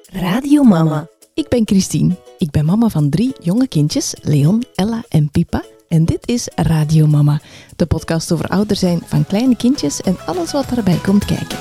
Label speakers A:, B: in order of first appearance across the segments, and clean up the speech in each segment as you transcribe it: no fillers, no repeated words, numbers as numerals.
A: Radio Mama. Ik ben Christine. Ik ben mama van 3 jonge kindjes, Leon, Ella en Pippa. En dit is Radio Mama, de podcast over ouder zijn van kleine kindjes en alles wat daarbij komt kijken.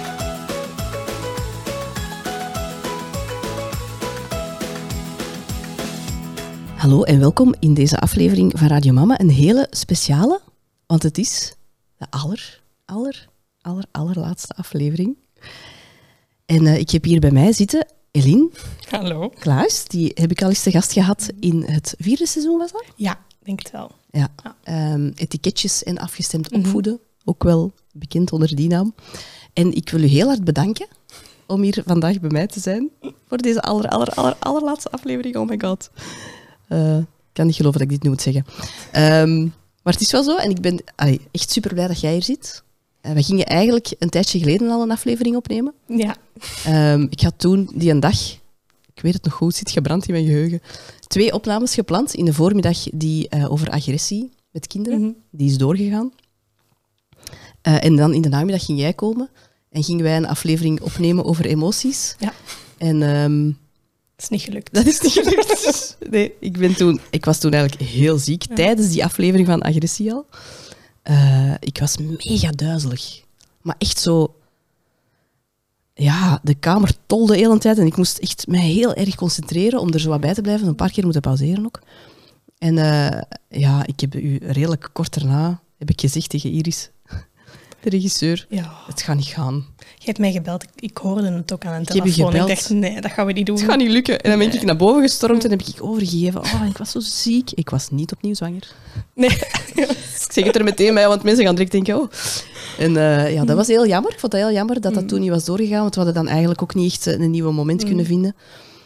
A: Hallo en welkom in deze aflevering van Radio Mama. Een hele speciale, want het is de allerlaatste aflevering. En ik heb hier bij mij zitten Eline.
B: Hallo.
A: Klaas, die heb ik al eens te gast gehad in het 4e seizoen, was dat?
B: Ja, denk het wel.
A: Ja. Etiketjes en afgestemd opvoeden, ook wel bekend onder die naam. En ik wil u heel hard bedanken om hier vandaag bij mij te zijn voor deze allerlaatste aflevering. Oh my god. Ik kan niet geloven dat ik dit nu moet zeggen. Maar het is wel zo en ik ben echt super blij dat jij hier zit. We gingen eigenlijk een tijdje geleden al een aflevering opnemen.
B: Ja.
A: Ik had toen die een dag, ik weet het nog goed, zit gebrand in mijn geheugen, 2 opnames gepland. In de voormiddag die over agressie met kinderen, die is doorgegaan. En dan in de namiddag ging jij komen en gingen wij een aflevering opnemen over emoties.
B: Ja.
A: En
B: dat is niet gelukt.
A: dat is niet gelukt. Nee, ik was toen eigenlijk heel ziek, tijdens die aflevering van agressie al. Ik was mega duizelig. Maar echt zo... Ja, de kamer tolde de hele tijd en ik moest echt mij heel erg concentreren om er zo wat bij te blijven. Een paar keer moeten pauzeren ook. En ik heb u redelijk kort daarna heb ik gezegd tegen Iris, de regisseur, het gaat niet gaan.
B: Je hebt mij gebeld, ik hoorde het ook aan een
A: telefoon.
B: Ik dacht, nee, dat gaan we niet doen.
A: Het gaat niet lukken. En dan ben ik naar boven gestormd en heb ik overgegeven. Ik was zo ziek. Ik was niet opnieuw zwanger.
B: Nee.
A: Ik zeg het er meteen bij, want mensen gaan direct denken, En dat was heel jammer. Ik vond dat heel jammer dat dat toen niet was doorgegaan, want we hadden dan eigenlijk ook niet echt een nieuw moment kunnen vinden.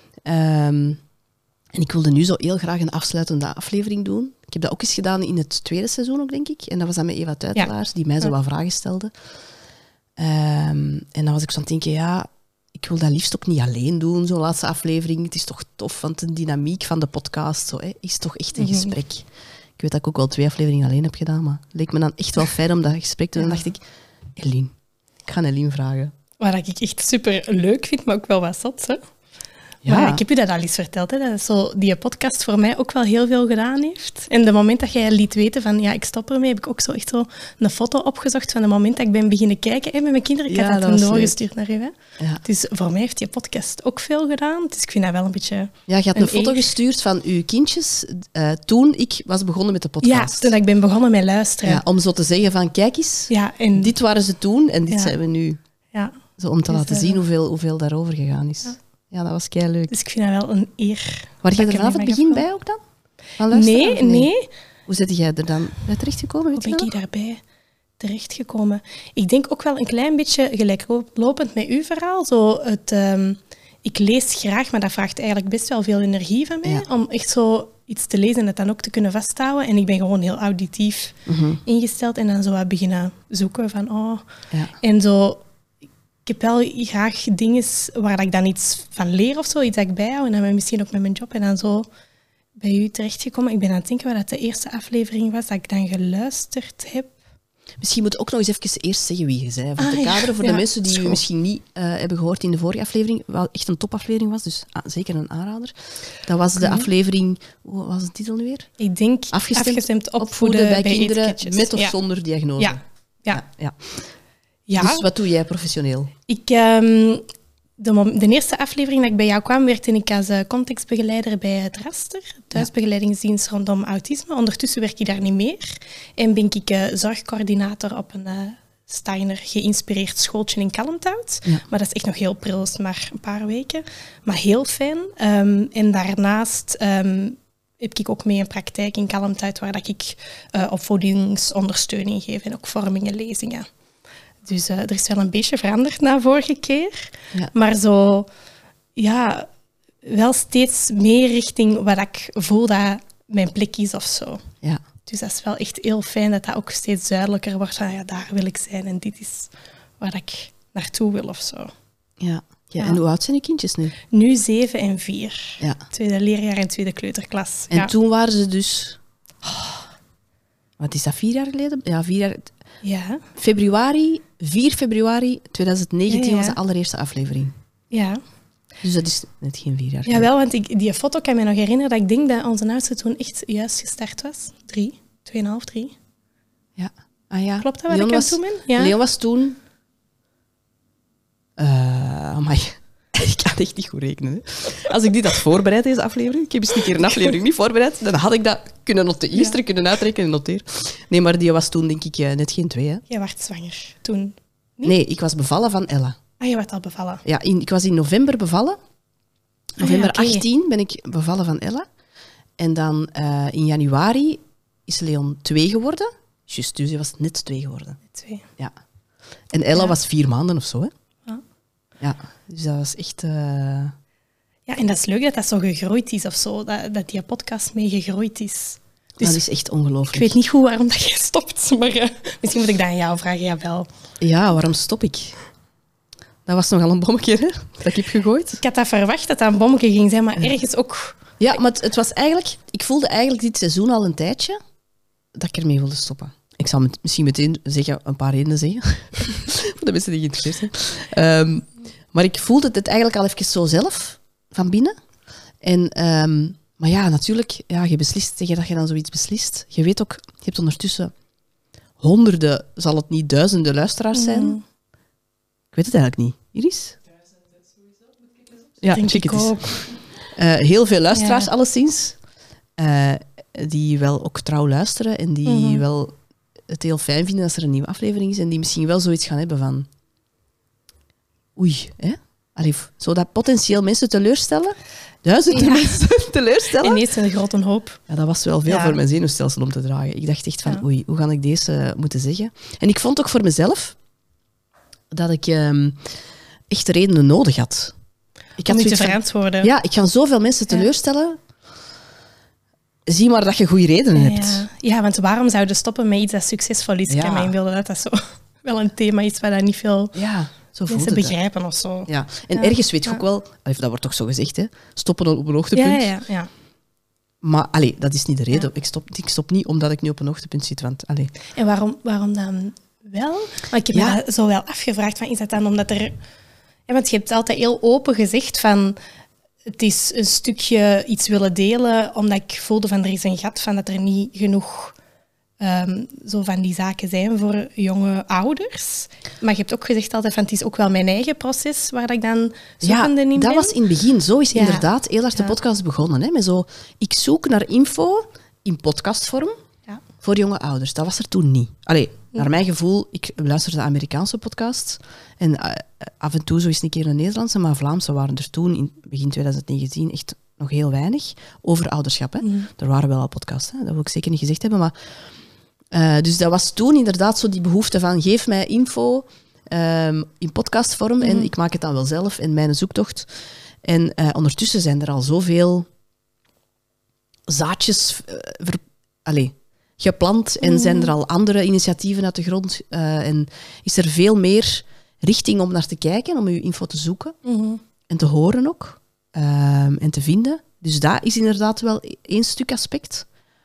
A: En ik wilde nu zo heel graag een afsluitende aflevering doen. Ik heb dat ook eens gedaan in het 2e seizoen ook, denk ik. En dat was dan met Eva Tuitelaars, die mij zo wat vragen stelde. En dan was ik zo aan het denken, ik wil dat liefst ook niet alleen doen, zo'n laatste aflevering. Het is toch tof, want de dynamiek van de podcast is toch echt een gesprek. Ik weet dat ik ook wel 2 afleveringen alleen heb gedaan, maar het leek me dan echt wel fijn om dat gesprek te doen. En dan dacht ik, Eline, ik ga Eline vragen.
B: Wat ik echt super leuk vind, maar ook wel wat zot, hè?
A: Ja.
B: Maar ik heb je dat al eens verteld, hè, dat zo die podcast voor mij ook wel heel veel gedaan heeft. En de moment dat jij liet weten van, ik stop ermee, heb ik ook zo echt zo een foto opgezocht van het moment dat ik ben beginnen kijken met mijn kinderen. Ik had dat toen doorgestuurd naar u. Hè. Ja. Dus voor mij heeft die podcast ook veel gedaan. Dus ik vind dat wel een beetje...
A: Ja, je had een foto gestuurd van uw kindjes toen ik was begonnen met de podcast.
B: Ja, toen ik ben begonnen met luisteren.
A: Ja, om zo te zeggen van, kijk eens, dit waren ze toen en dit zijn we nu.
B: Ja.
A: Zo om te laten zien hoeveel daarover gegaan is. Ja, dat was keileuk.
B: Dus ik vind dat wel een eer.
A: Waar jij er vanaf het begin bij ook dan?
B: Nee.
A: Hoe zit jij er dan bij terechtgekomen?
B: Hoe ben ik daarbij terechtgekomen? Ik denk ook wel een klein beetje gelijklopend met uw verhaal. Zo ik lees graag, maar dat vraagt eigenlijk best wel veel energie van mij. Ja. Om echt zo iets te lezen en het dan ook te kunnen vasthouden. En ik ben gewoon heel auditief ingesteld. En dan zo wat beginnen zoeken van... En zo... Ik heb wel graag dingen waar ik dan iets van leer of zo, iets dat ik bijhoud. En dan misschien ook met mijn job. En dan zo bij u terechtgekomen. Ik ben aan het denken wat dat de eerste aflevering was dat ik dan geluisterd heb.
A: Misschien moet ik ook nog eens even eerst zeggen wie je zei. Voor de kaderen, voor de mensen die u misschien niet hebben gehoord in de vorige aflevering. Wel echt een topaflevering was, dus zeker een aanrader. Dat was de aflevering... Hoe was de titel nu weer?
B: Ik denk afgestemd opvoeden bij kinderen etiketjes.
A: Met of zonder diagnose.
B: Ja.
A: Ja. Dus wat doe jij professioneel?
B: De eerste aflevering dat ik bij jou kwam, werkte ik als contextbegeleider bij het Raster, thuisbegeleidingsdienst rondom autisme. Ondertussen werk ik daar niet meer en ben ik zorgcoördinator op een Steiner geïnspireerd schooltje in Kalmthout. Ja. Maar dat is echt nog heel pril, is maar een paar weken. Maar heel fijn. En daarnaast... heb ik ook mee een praktijk in Kalmthout waar ik opvoedingsondersteuning geef en ook vormingen, lezingen. Dus er is wel een beetje veranderd na vorige keer. Ja. Maar zo, wel steeds meer richting wat ik voel dat mijn plek is of zo. Ja. Dus dat is wel echt heel fijn dat dat ook steeds duidelijker wordt van, daar wil ik zijn en dit is waar ik naartoe wil of zo.
A: Ja. En hoe oud zijn je kindjes nu?
B: Nu 7 en 4. Ja. Tweede leerjaar en tweede kleuterklas.
A: En toen waren ze dus... Wat is dat, 4 jaar geleden? Ja, 4 jaar...
B: Ja.
A: 4 februari 2019 was de allereerste aflevering.
B: Ja.
A: Dus dat is net geen 4 jaar geleden.
B: Jawel, want die foto kan me nog herinneren dat ik denk dat onze oudste toen echt juist gestart was. 3, 2,5, 3.
A: Ja. Ah, ja.
B: Klopt dat wat ik aan het doen ben? Ja.
A: Leon was toen... Amai. Ik kan echt niet goed rekenen. Hè. Als ik dit had voorbereid, deze aflevering, ik heb eens een keer een aflevering niet voorbereid, dan had ik dat kunnen uitrekenen en noteren. Nee, maar die was toen denk ik net geen 2. Hè.
B: Jij werd zwanger toen? Niet?
A: Nee, ik was bevallen van Ella.
B: Ah, je werd al bevallen.
A: Ja, ik was in november bevallen. November
B: oké.
A: 18 ben ik bevallen van Ella. En dan in januari is Leon 2 geworden. Juist, dus hij was net 2 geworden.
B: 2.
A: Ja. En Ella
B: Ja.
A: was 4 maanden of zo, hè.
B: Ja.
A: Ja, dus dat was echt...
B: Ja, en dat is leuk dat dat zo gegroeid is of zo. Dat die podcast mee gegroeid is. Dus
A: dat is echt ongelooflijk.
B: ik weet niet goed waarom dat je stopt, maar misschien moet ik dat aan jou vragen. Ja, wel.
A: Ja, waarom stop ik? Dat was nogal een bommetje, hè, dat ik heb gegooid.
B: Ik had dat verwacht dat dat een bommetje ging zijn, maar ergens ook...
A: Ja, maar het was eigenlijk... Ik voelde eigenlijk dit seizoen al een tijdje dat ik ermee wilde stoppen. Ik zal misschien meteen een paar redenen zeggen. Voor de mensen die geïnteresseerd zijn. Maar ik voelde het eigenlijk al even zo zelf, van binnen. Maar ja, natuurlijk, ja, je beslist tegen dat je dan zoiets beslist. Je weet ook, je hebt ondertussen honderden, zal het niet duizenden luisteraars zijn. Ik weet het eigenlijk niet. Iris? Ja,
B: Denk
A: check
B: ik
A: het eens.
B: ook.
A: Heel veel luisteraars,
B: Ja.
A: alleszins. Die wel ook trouw luisteren en die wel het heel fijn vinden als er een nieuwe aflevering is en die misschien wel zoiets gaan hebben van... Oei, hè? Allee, zou dat potentieel mensen teleurstellen? Duizenden mensen teleurstellen?
B: Ineens een grote hoop.
A: Ja, dat was wel veel
B: Ja.
A: voor mijn zenuwstelsel om te dragen. Ik dacht echt van,
B: Ja.
A: oei, hoe ga ik deze moeten zeggen? En ik vond ook voor mezelf dat ik echt redenen nodig had. Ik
B: Om je te
A: zoiets van,
B: verantwoorden.
A: ja, ik ga zoveel mensen teleurstellen. Zie maar dat je goede redenen hebt.
B: Ja, want waarom zouden stoppen met iets dat succesvol is? Ik
A: Ja.
B: kan me inbeelden dat dat zo wel een thema is waar dat niet veel
A: Ja, zo voelt
B: mensen
A: het.
B: begrijpen of zo.
A: Ja. En
B: Ja.
A: ergens weet je ook wel, dat wordt toch zo gezegd, hè? Stoppen op een hoogtepunt.
B: Ja.
A: Maar dat is niet de reden. Ik stop niet omdat ik nu op een hoogtepunt zit. Want,
B: En waarom dan wel? Maar ik heb me dat zo wel afgevraagd. Van, is dat dan omdat er... Ja, want je hebt altijd heel open gezegd van... Het is een stukje iets willen delen, omdat ik voelde van er is een gat van dat er niet genoeg zo van die zaken zijn voor jonge ouders. Maar je hebt ook gezegd altijd van het is ook wel mijn eigen proces waar ik dan zoekende in ben.
A: dat was in het begin. Zo is
B: Ja.
A: inderdaad heel hard de podcast begonnen. Hè? Met zo, ik zoek naar info in podcastvorm
B: Ja.
A: voor jonge ouders. Dat was er toen niet. Naar mijn gevoel, ik luisterde Amerikaanse podcasts en af en toe zo eens een keer een Nederlandse, maar Vlaamse waren er toen in begin 2019 echt nog heel weinig over ouderschap. Hè. Er waren wel al podcasts, hè. Dat wil ik zeker niet gezegd hebben, maar dus dat was toen inderdaad zo die behoefte van geef mij info in podcastvorm en ik maak het dan wel zelf in mijn zoektocht. En ondertussen zijn er al zoveel zaadjes geplant en zijn er al andere initiatieven uit de grond en is er veel meer richting om naar te kijken, om uw info te zoeken en te horen ook en te vinden. Dus dat is inderdaad wel één stuk aspect.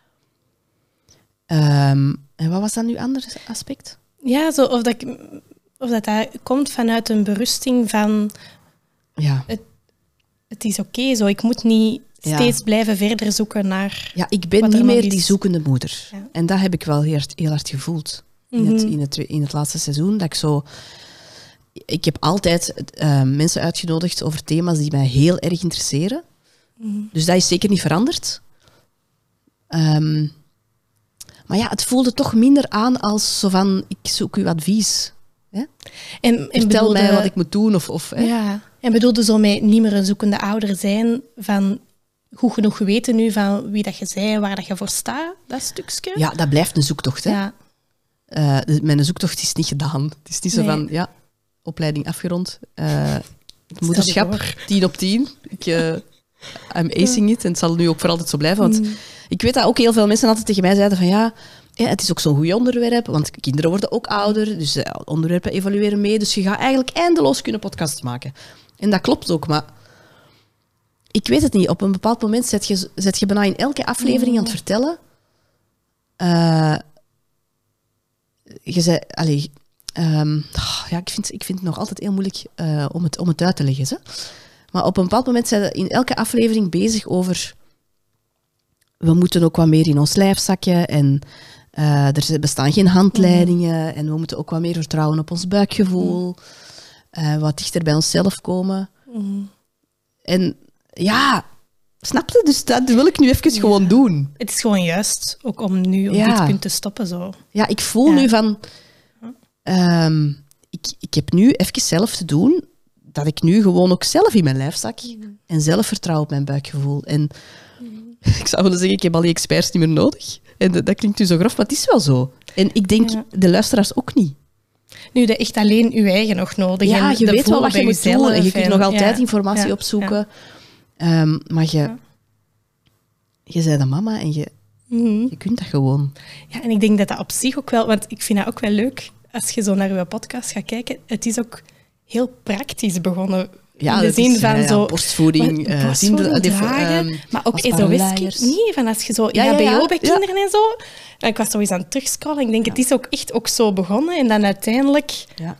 A: En wat was dan uw ander aspect?
B: Ja, zo, of dat komt vanuit een berusting van...
A: Ja.
B: Het is oké zo. Ik moet niet steeds blijven verder zoeken naar...
A: Ja, ik ben
B: wat er
A: niet
B: nog
A: meer
B: is.
A: die zoekende moeder.
B: Ja.
A: En dat heb ik wel heel hard gevoeld in het laatste seizoen. Dat ik heb altijd mensen uitgenodigd over thema's die mij heel erg interesseren. Dus dat is zeker niet veranderd. Maar ja, het voelde toch minder aan als zo van, ik zoek uw advies. Hè?
B: En
A: Vertel mij wat ik moet doen. Hè?
B: Ja, en bedoelde zo met niet meer een zoekende ouder zijn, van goed genoeg weten nu van wie dat je bent, waar dat je voor staat, dat stukje.
A: Ja, dat blijft een zoektocht. Hè?
B: Ja.
A: Mijn zoektocht is niet gedaan. Het is niet zo van, opleiding afgerond. Het moederschap, 10 op 10. I'm acing it. En het zal nu ook voor altijd zo blijven. Want ik weet dat ook heel veel mensen altijd tegen mij zeiden van ja, het is ook zo'n goed onderwerp, want kinderen worden ook ouder, dus onderwerpen evolueren mee. Dus je gaat eigenlijk eindeloos kunnen podcasts maken. En dat klopt ook, maar ik weet het niet. Op een bepaald moment zet je bijna in elke aflevering aan het vertellen. Je zei, ik vind het nog altijd heel moeilijk om het uit te leggen. Hè? Maar op een bepaald moment zijn we in elke aflevering bezig over... We moeten ook wat meer in ons lijf zakken en er bestaan geen handleidingen en we moeten ook wat meer vertrouwen op ons buikgevoel. Wat dichter bij onszelf komen. En ja, snap je? Dus dat wil ik nu even gewoon doen.
B: Het is gewoon juist, ook om nu op dit punt te stoppen. Zo.
A: Ja, ik voel nu van... Ik heb nu even zelf te doen dat ik nu gewoon ook zelf in mijn lijf zak en zelf vertrouw op mijn buikgevoel. En ik zou willen zeggen, ik heb al die experts niet meer nodig. En dat klinkt nu zo grof, maar het is wel zo. En ik denk, de luisteraars ook niet.
B: Nu, je echt alleen je eigen nog nodig.
A: Ja,
B: en
A: je weet wel wat je moet doen en je kunt nog altijd
B: ja,
A: informatie opzoeken. Ja. Maar je bent een mama en je kunt dat gewoon.
B: Ja, en ik denk dat dat op zich ook wel... Want ik vind dat ook wel leuk, als je zo naar je podcast gaat kijken. Het is ook heel praktisch begonnen.
A: Ja,
B: in de zin van zo...
A: borstvoeding,
B: dragen, maar ook zo wist ik niet, van als je zo in HBO bij kinderen en zo... En ik was zo eens aan het terugscrollen. Ik denk, het is ook echt ook zo begonnen. En dan uiteindelijk...
A: Ja.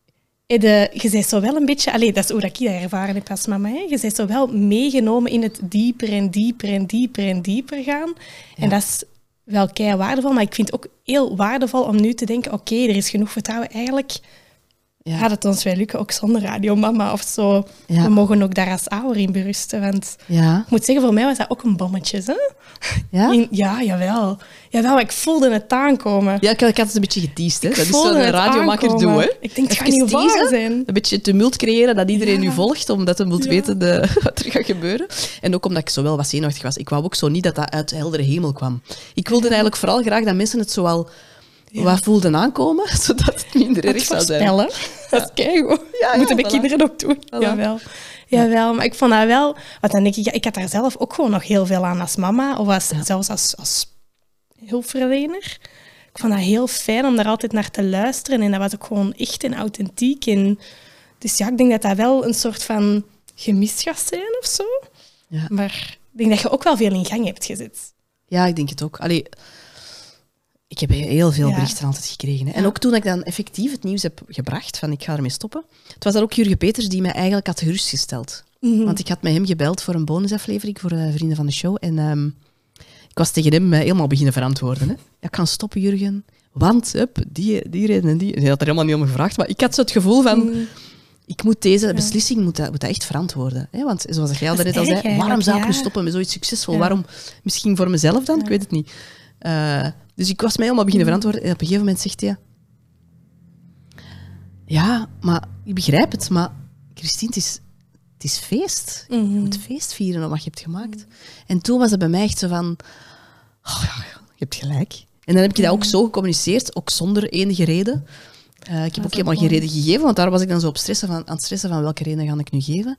B: Je bent zo wel een beetje... Allee, dat is hoe ik dat ervaren heb als mama. Hè. Je bent zo wel meegenomen in het dieper en dieper en dieper en dieper gaan. Ja. En dat is wel kei waardevol. Maar ik vind het ook heel waardevol om nu te denken... Oké, er is genoeg vertrouwen. Eigenlijk gaat het ons wel lukken, ook zonder radiomama of zo. Ja. We mogen ook daar als ouder in berusten. Want ik moet zeggen, voor mij was dat ook een bommetje. Hè?
A: Ja?
B: Ja, jawel. Jawel, ik voelde het aankomen.
A: Ja, ik had het een beetje geteased. Hè? Dat is wat een radiomaker doet. Hè?
B: Ik denk, het gaat niet waar zijn.
A: Een beetje tumult creëren, dat iedereen nu volgt, omdat hij moet weten wat er gaat gebeuren. En ook omdat ik zo wel wat zenuwachtig was. Ik wou ook zo niet dat dat uit heldere hemel kwam. Ik wilde eigenlijk vooral graag dat mensen het zoal wat voelden aankomen, zodat het minder erg zou zijn.
B: Dat is keigoed. Moeten de kinderen ook doen. Jawel. Jawel, maar ik vond dat wel... Want dan denk ik had daar zelf ook gewoon nog heel veel aan als mama, of zelfs als hulpverlener. Ik vond dat heel fijn om daar altijd naar te luisteren. En dat was ook gewoon echt en authentiek. En dus ja, ik denk dat dat wel een soort van gemis gaat zijn of zo. Ja. Maar ik denk dat je ook wel veel in gang hebt gezet.
A: Ja, ik denk het ook. Allee, ik heb heel veel berichten altijd gekregen. Hè. En ook toen ik dan effectief het nieuws heb gebracht, van ik ga ermee stoppen, het was dat ook Jurgen Peters die mij eigenlijk had gerustgesteld. Want ik had met hem gebeld voor een bonusaflevering voor vrienden van de show. En ik was tegen hem helemaal beginnen verantwoorden. Hè. Ja, ik kan stoppen, Jurgen. Want, die reden en die. Hij had er helemaal niet om gevraagd. Maar ik had zo het gevoel van... Ik moet deze beslissing moet dat echt verantwoorden. Hè? Want zoals jij al net al zei, waarom zou ik nu stoppen met zoiets succesvol? Waarom? Misschien voor mezelf dan? Ik weet het niet. Dus ik was mij helemaal beginnen verantwoorden. En op een gegeven moment zegt hij... Ja, maar ik begrijp het, maar Christine, het is feest. Je moet feest vieren om wat je hebt gemaakt. En toen was het bij mij echt zo van... Oh, ja, je hebt gelijk. En dan heb ik dat ook zo gecommuniceerd, ook zonder enige reden. Ik heb ook helemaal geen reden gegeven, want daar was ik dan zo aan het stressen van welke reden ga ik nu geven.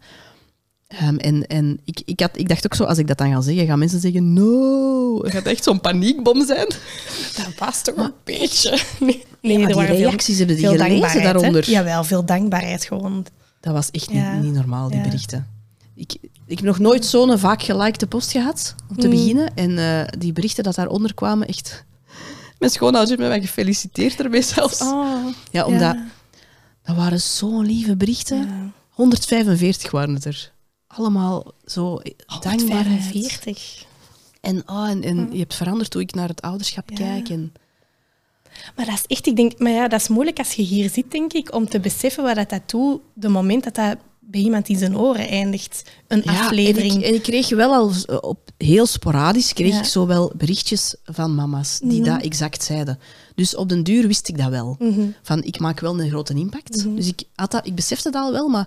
A: En ik dacht ook zo, als ik dat dan ga zeggen, gaan mensen zeggen, no, het gaat echt zo'n paniekbom zijn.
B: Dat past toch een beetje.
A: Nee, er waren reacties hebben die gelezen daaronder.
B: Jawel, veel dankbaarheid gewoon.
A: Dat was echt niet normaal, die berichten. Ik heb nog nooit zo'n vaak gelikte post gehad, om te beginnen. En die berichten dat daaronder kwamen, echt... Mijn schoonouders hebben mij gefeliciteerd ermee zelfs. Ja, omdat... Dat waren zo'n lieve berichten. Ja. 145 waren het er. Allemaal zo dankbaarheid.
B: 145.
A: En je hebt veranderd hoe ik naar het ouderschap kijk. En...
B: Maar dat is echt... Ik denk, maar ja, dat is moeilijk als je hier zit, denk ik, om te beseffen wat dat doet, de moment dat dat bij iemand in zijn oren eindigt. Een aflevering.
A: En ik kreeg wel al heel sporadisch ik zo wel berichtjes van mama's die dat exact zeiden. Dus op den duur wist ik dat wel. Van, ik maak wel een grote impact. Dus ik besefte dat al wel, maar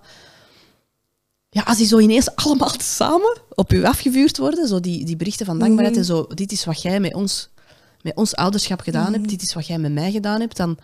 A: ja, als die zo ineens allemaal samen op u afgevuurd worden, zo die berichten van dankbaarheid en zo, dit is wat jij met ons ouderschap gedaan hebt, dit is wat jij met mij gedaan hebt, dan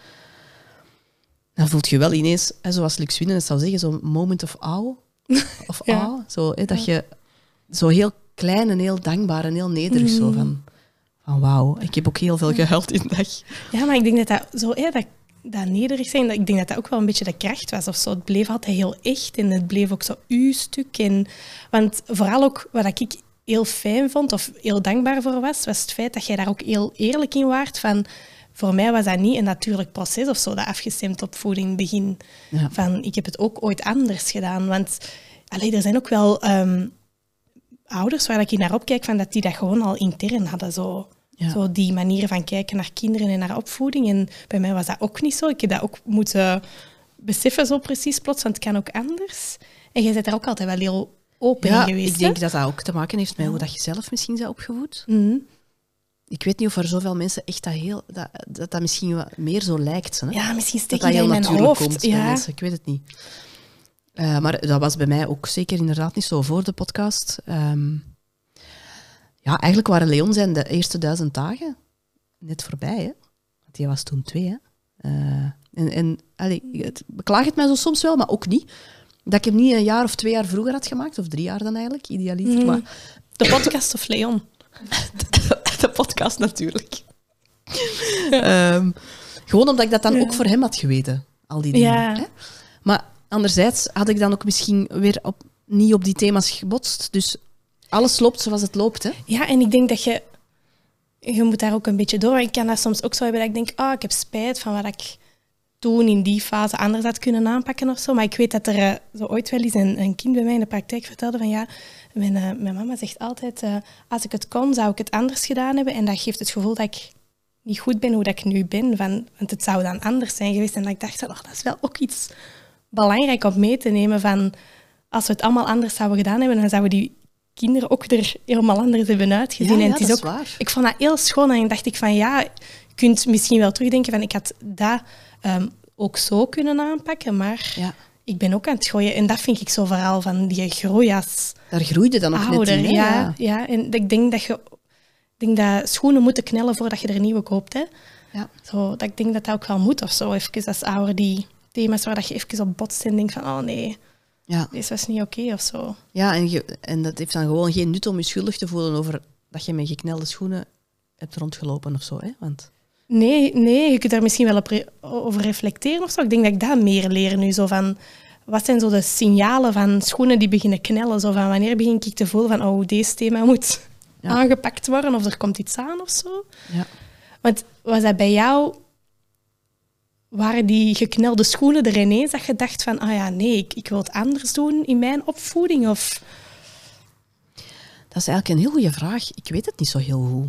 A: voelt je wel ineens, zoals Lux Winnen het zou zeggen, zo'n moment of awe. Of dat je zo heel klein en heel dankbaar en heel nederig zo van wauw, ik heb ook heel veel gehuild in de dag.
B: Ja, maar ik denk dat zo, dat nederig zijn, ik denk dat dat ook wel een beetje de kracht was of zo. Het bleef altijd heel echt en het bleef ook zo uw stuk. Want vooral ook wat ik heel fijn vond of heel dankbaar voor was het feit dat jij daar ook heel eerlijk in waart van... Voor mij was dat niet een natuurlijk proces of zo, dat afgestemd op voeding in het begin. Ja. Van, ik heb het ook ooit anders gedaan. Want er zijn ook wel ouders waar ik naar opkijk, van dat die dat gewoon al intern hadden. Zo die manieren van kijken naar kinderen en naar opvoeding. En bij mij was dat ook niet zo. Ik heb dat ook moeten beseffen zo precies plots, want het kan ook anders. En jij bent daar ook altijd wel heel open in geweest.
A: Ik denk dat dat ook te maken heeft met hoe dat je zelf misschien bent opgevoed.
B: Mm.
A: Ik weet niet of er zoveel mensen echt dat misschien wat meer zo lijkt. Hè?
B: Ja, misschien steek
A: dat
B: je dat
A: heel
B: in mijn
A: natuurlijk
B: hoofd.
A: komt bij mensen. Ik weet het niet. Maar dat was bij mij ook zeker inderdaad niet zo voor de podcast. Eigenlijk waren Leon zijn de eerste 1000 dagen net voorbij. Hè? Want die was toen 2. Hè? Beklaag het mij zo soms wel, maar ook niet. Dat ik hem niet een jaar of 2 jaar vroeger had gemaakt, of 3 jaar dan eigenlijk, idealiter. Maar
B: de podcast of Leon?
A: de podcast natuurlijk. Gewoon omdat ik dat dan ook voor hem had geweten, al die dingen.
B: Ja.
A: Hè? Maar anderzijds had ik dan ook misschien weer niet op die thema's gebotst. Dus alles loopt zoals het loopt. Hè?
B: Ja, en ik denk dat je moet daar ook een beetje door. Ik kan dat soms ook zo hebben dat ik denk, ik heb spijt van wat ik toen in die fase anders had kunnen aanpakken of zo. Maar ik weet dat er zo ooit wel eens een kind bij mij in de praktijk vertelde van mijn mama zegt altijd, als ik het kon, zou ik het anders gedaan hebben. En dat geeft het gevoel dat ik niet goed ben hoe dat ik nu ben. Want het zou dan anders zijn geweest. En dat ik dacht, dat is wel ook iets belangrijk om mee te nemen. Van, als we het allemaal anders zouden gedaan hebben, dan zouden die kinderen ook er helemaal anders hebben uitgezien.
A: Ja,
B: en het is
A: dat
B: ook,
A: is waar.
B: Ik vond dat heel schoon. En dacht ik van je kunt misschien wel terugdenken van ik had dat ook zo kunnen aanpakken, maar ik ben ook aan het groeien. En dat vind ik zo vooral van die groei als
A: daar groeide dan nog
B: ouder.
A: net in.
B: Ja. En ik denk dat schoenen moeten knellen voordat je er een nieuwe koopt. Hè.
A: Ja.
B: Zo, dat ik denk dat dat ook wel moet of zo. Even als ouder die thema's waar dat je even op botst en denkt van oh nee, dit was niet oké of zo.
A: Ja, en dat heeft dan gewoon geen nut om je schuldig te voelen over dat je met geknelde schoenen hebt rondgelopen of zo. Hè? Want...
B: Nee, je kunt daar misschien wel over reflecteren of zo. Ik denk dat ik dat meer leer nu. Zo van, wat zijn zo de signalen van schoenen die beginnen knellen? Zo van, wanneer begin ik te voelen van oh, deze thema moet aangepakt worden of er komt iets aan of zo?
A: Ja.
B: Want was dat bij jou... Waren die geknelde schoenen er ineens dat je dacht van ik wil het anders doen in mijn opvoeding? Of...
A: Dat is eigenlijk een heel goede vraag. Ik weet het niet zo heel goed.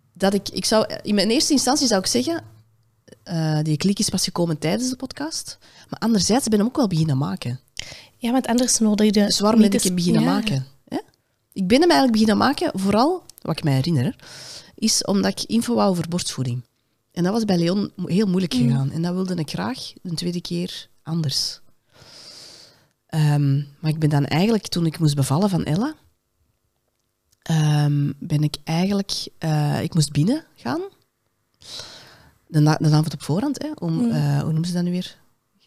A: In mijn eerste instantie zou ik zeggen, die klik is pas gekomen tijdens de podcast. Maar anderzijds ben ik hem ook wel beginnen maken.
B: Ja, want anders nodigde...
A: Dus waarom ben ik hem beginnen maken? Hè? Ik ben hem eigenlijk beginnen maken, vooral, wat ik me herinner, is omdat ik info wou over borstvoeding. En dat was bij Leon heel moeilijk gegaan. En dat wilde ik graag de tweede keer anders. Maar ik ben dan eigenlijk, toen ik moest bevallen van Ella, ben ik eigenlijk... ik moest binnen gaan. De avond op voorhand, hè, om... hoe noemen ze dat nu weer?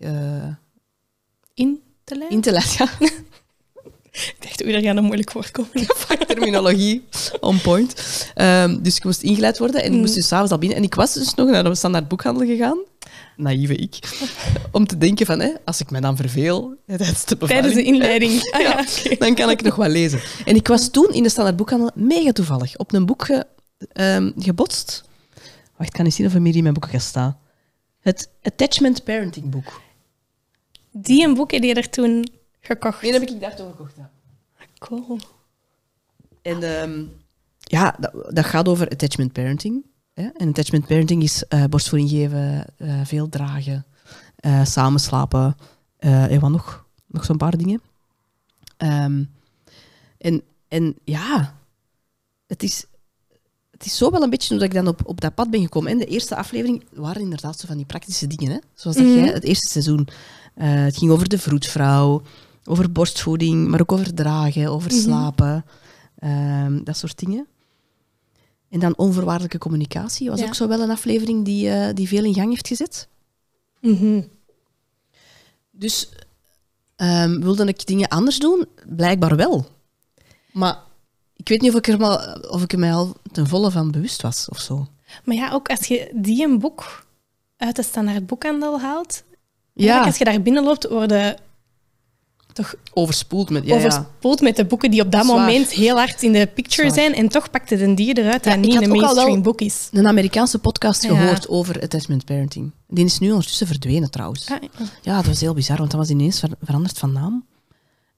B: In te leiden,
A: ja.
B: Ik dacht, er gaat een moeilijk woord komen.
A: Terminologie on point. Dus ik moest ingeleid worden en ik moest dus 's avonds al binnen. En ik was dus nog naar de standaard boekhandel gegaan. Naïeve ik. Om te denken van, als ik me dan verveel tijdens de bevalling...
B: Tijdens de inleiding.
A: Okay. Dan kan ik nog wel lezen. En ik was toen in de standaard boekhandel mega toevallig op een boek gebotst. Wacht, ik kan eens zien of er meer in mijn boeken gaat staan. Het Attachment Parenting boek.
B: Die een boek heb je er toen gekocht?
A: Die heb ik daar toen gekocht, ja.
B: Cool.
A: En dat gaat over attachment parenting. Hè? En attachment parenting is borstvoeding geven, veel dragen, samenslapen en wat nog? Nog zo'n paar dingen. Het is zo wel een beetje hoe ik dan op dat pad ben gekomen. En de eerste aflevering waren inderdaad zo van die praktische dingen. Hè? Zoals dat jij het eerste seizoen... het ging over de vroedvrouw, over borstvoeding, maar ook over dragen, over slapen, dat soort dingen. En dan onvoorwaardelijke communicatie was ook zo wel een aflevering die veel in gang heeft gezet. Dus wilde ik dingen anders doen? Blijkbaar wel. Maar ik weet niet of ik er mij al ten volle van bewust was of zo.
B: Maar ja, ook als je die een boek uit de standaard boekhandel haalt, als je daar binnenloopt, worden toch
A: overspoeld
B: met de boeken die op dat moment heel hard in de picture zijn. En toch pakte de die eruit dat niet een mainstream boek is.
A: Een Amerikaanse podcast gehoord over attachment parenting. Die is nu ondertussen verdwenen trouwens. Ja, dat was heel bizar, want dat was ineens veranderd van naam.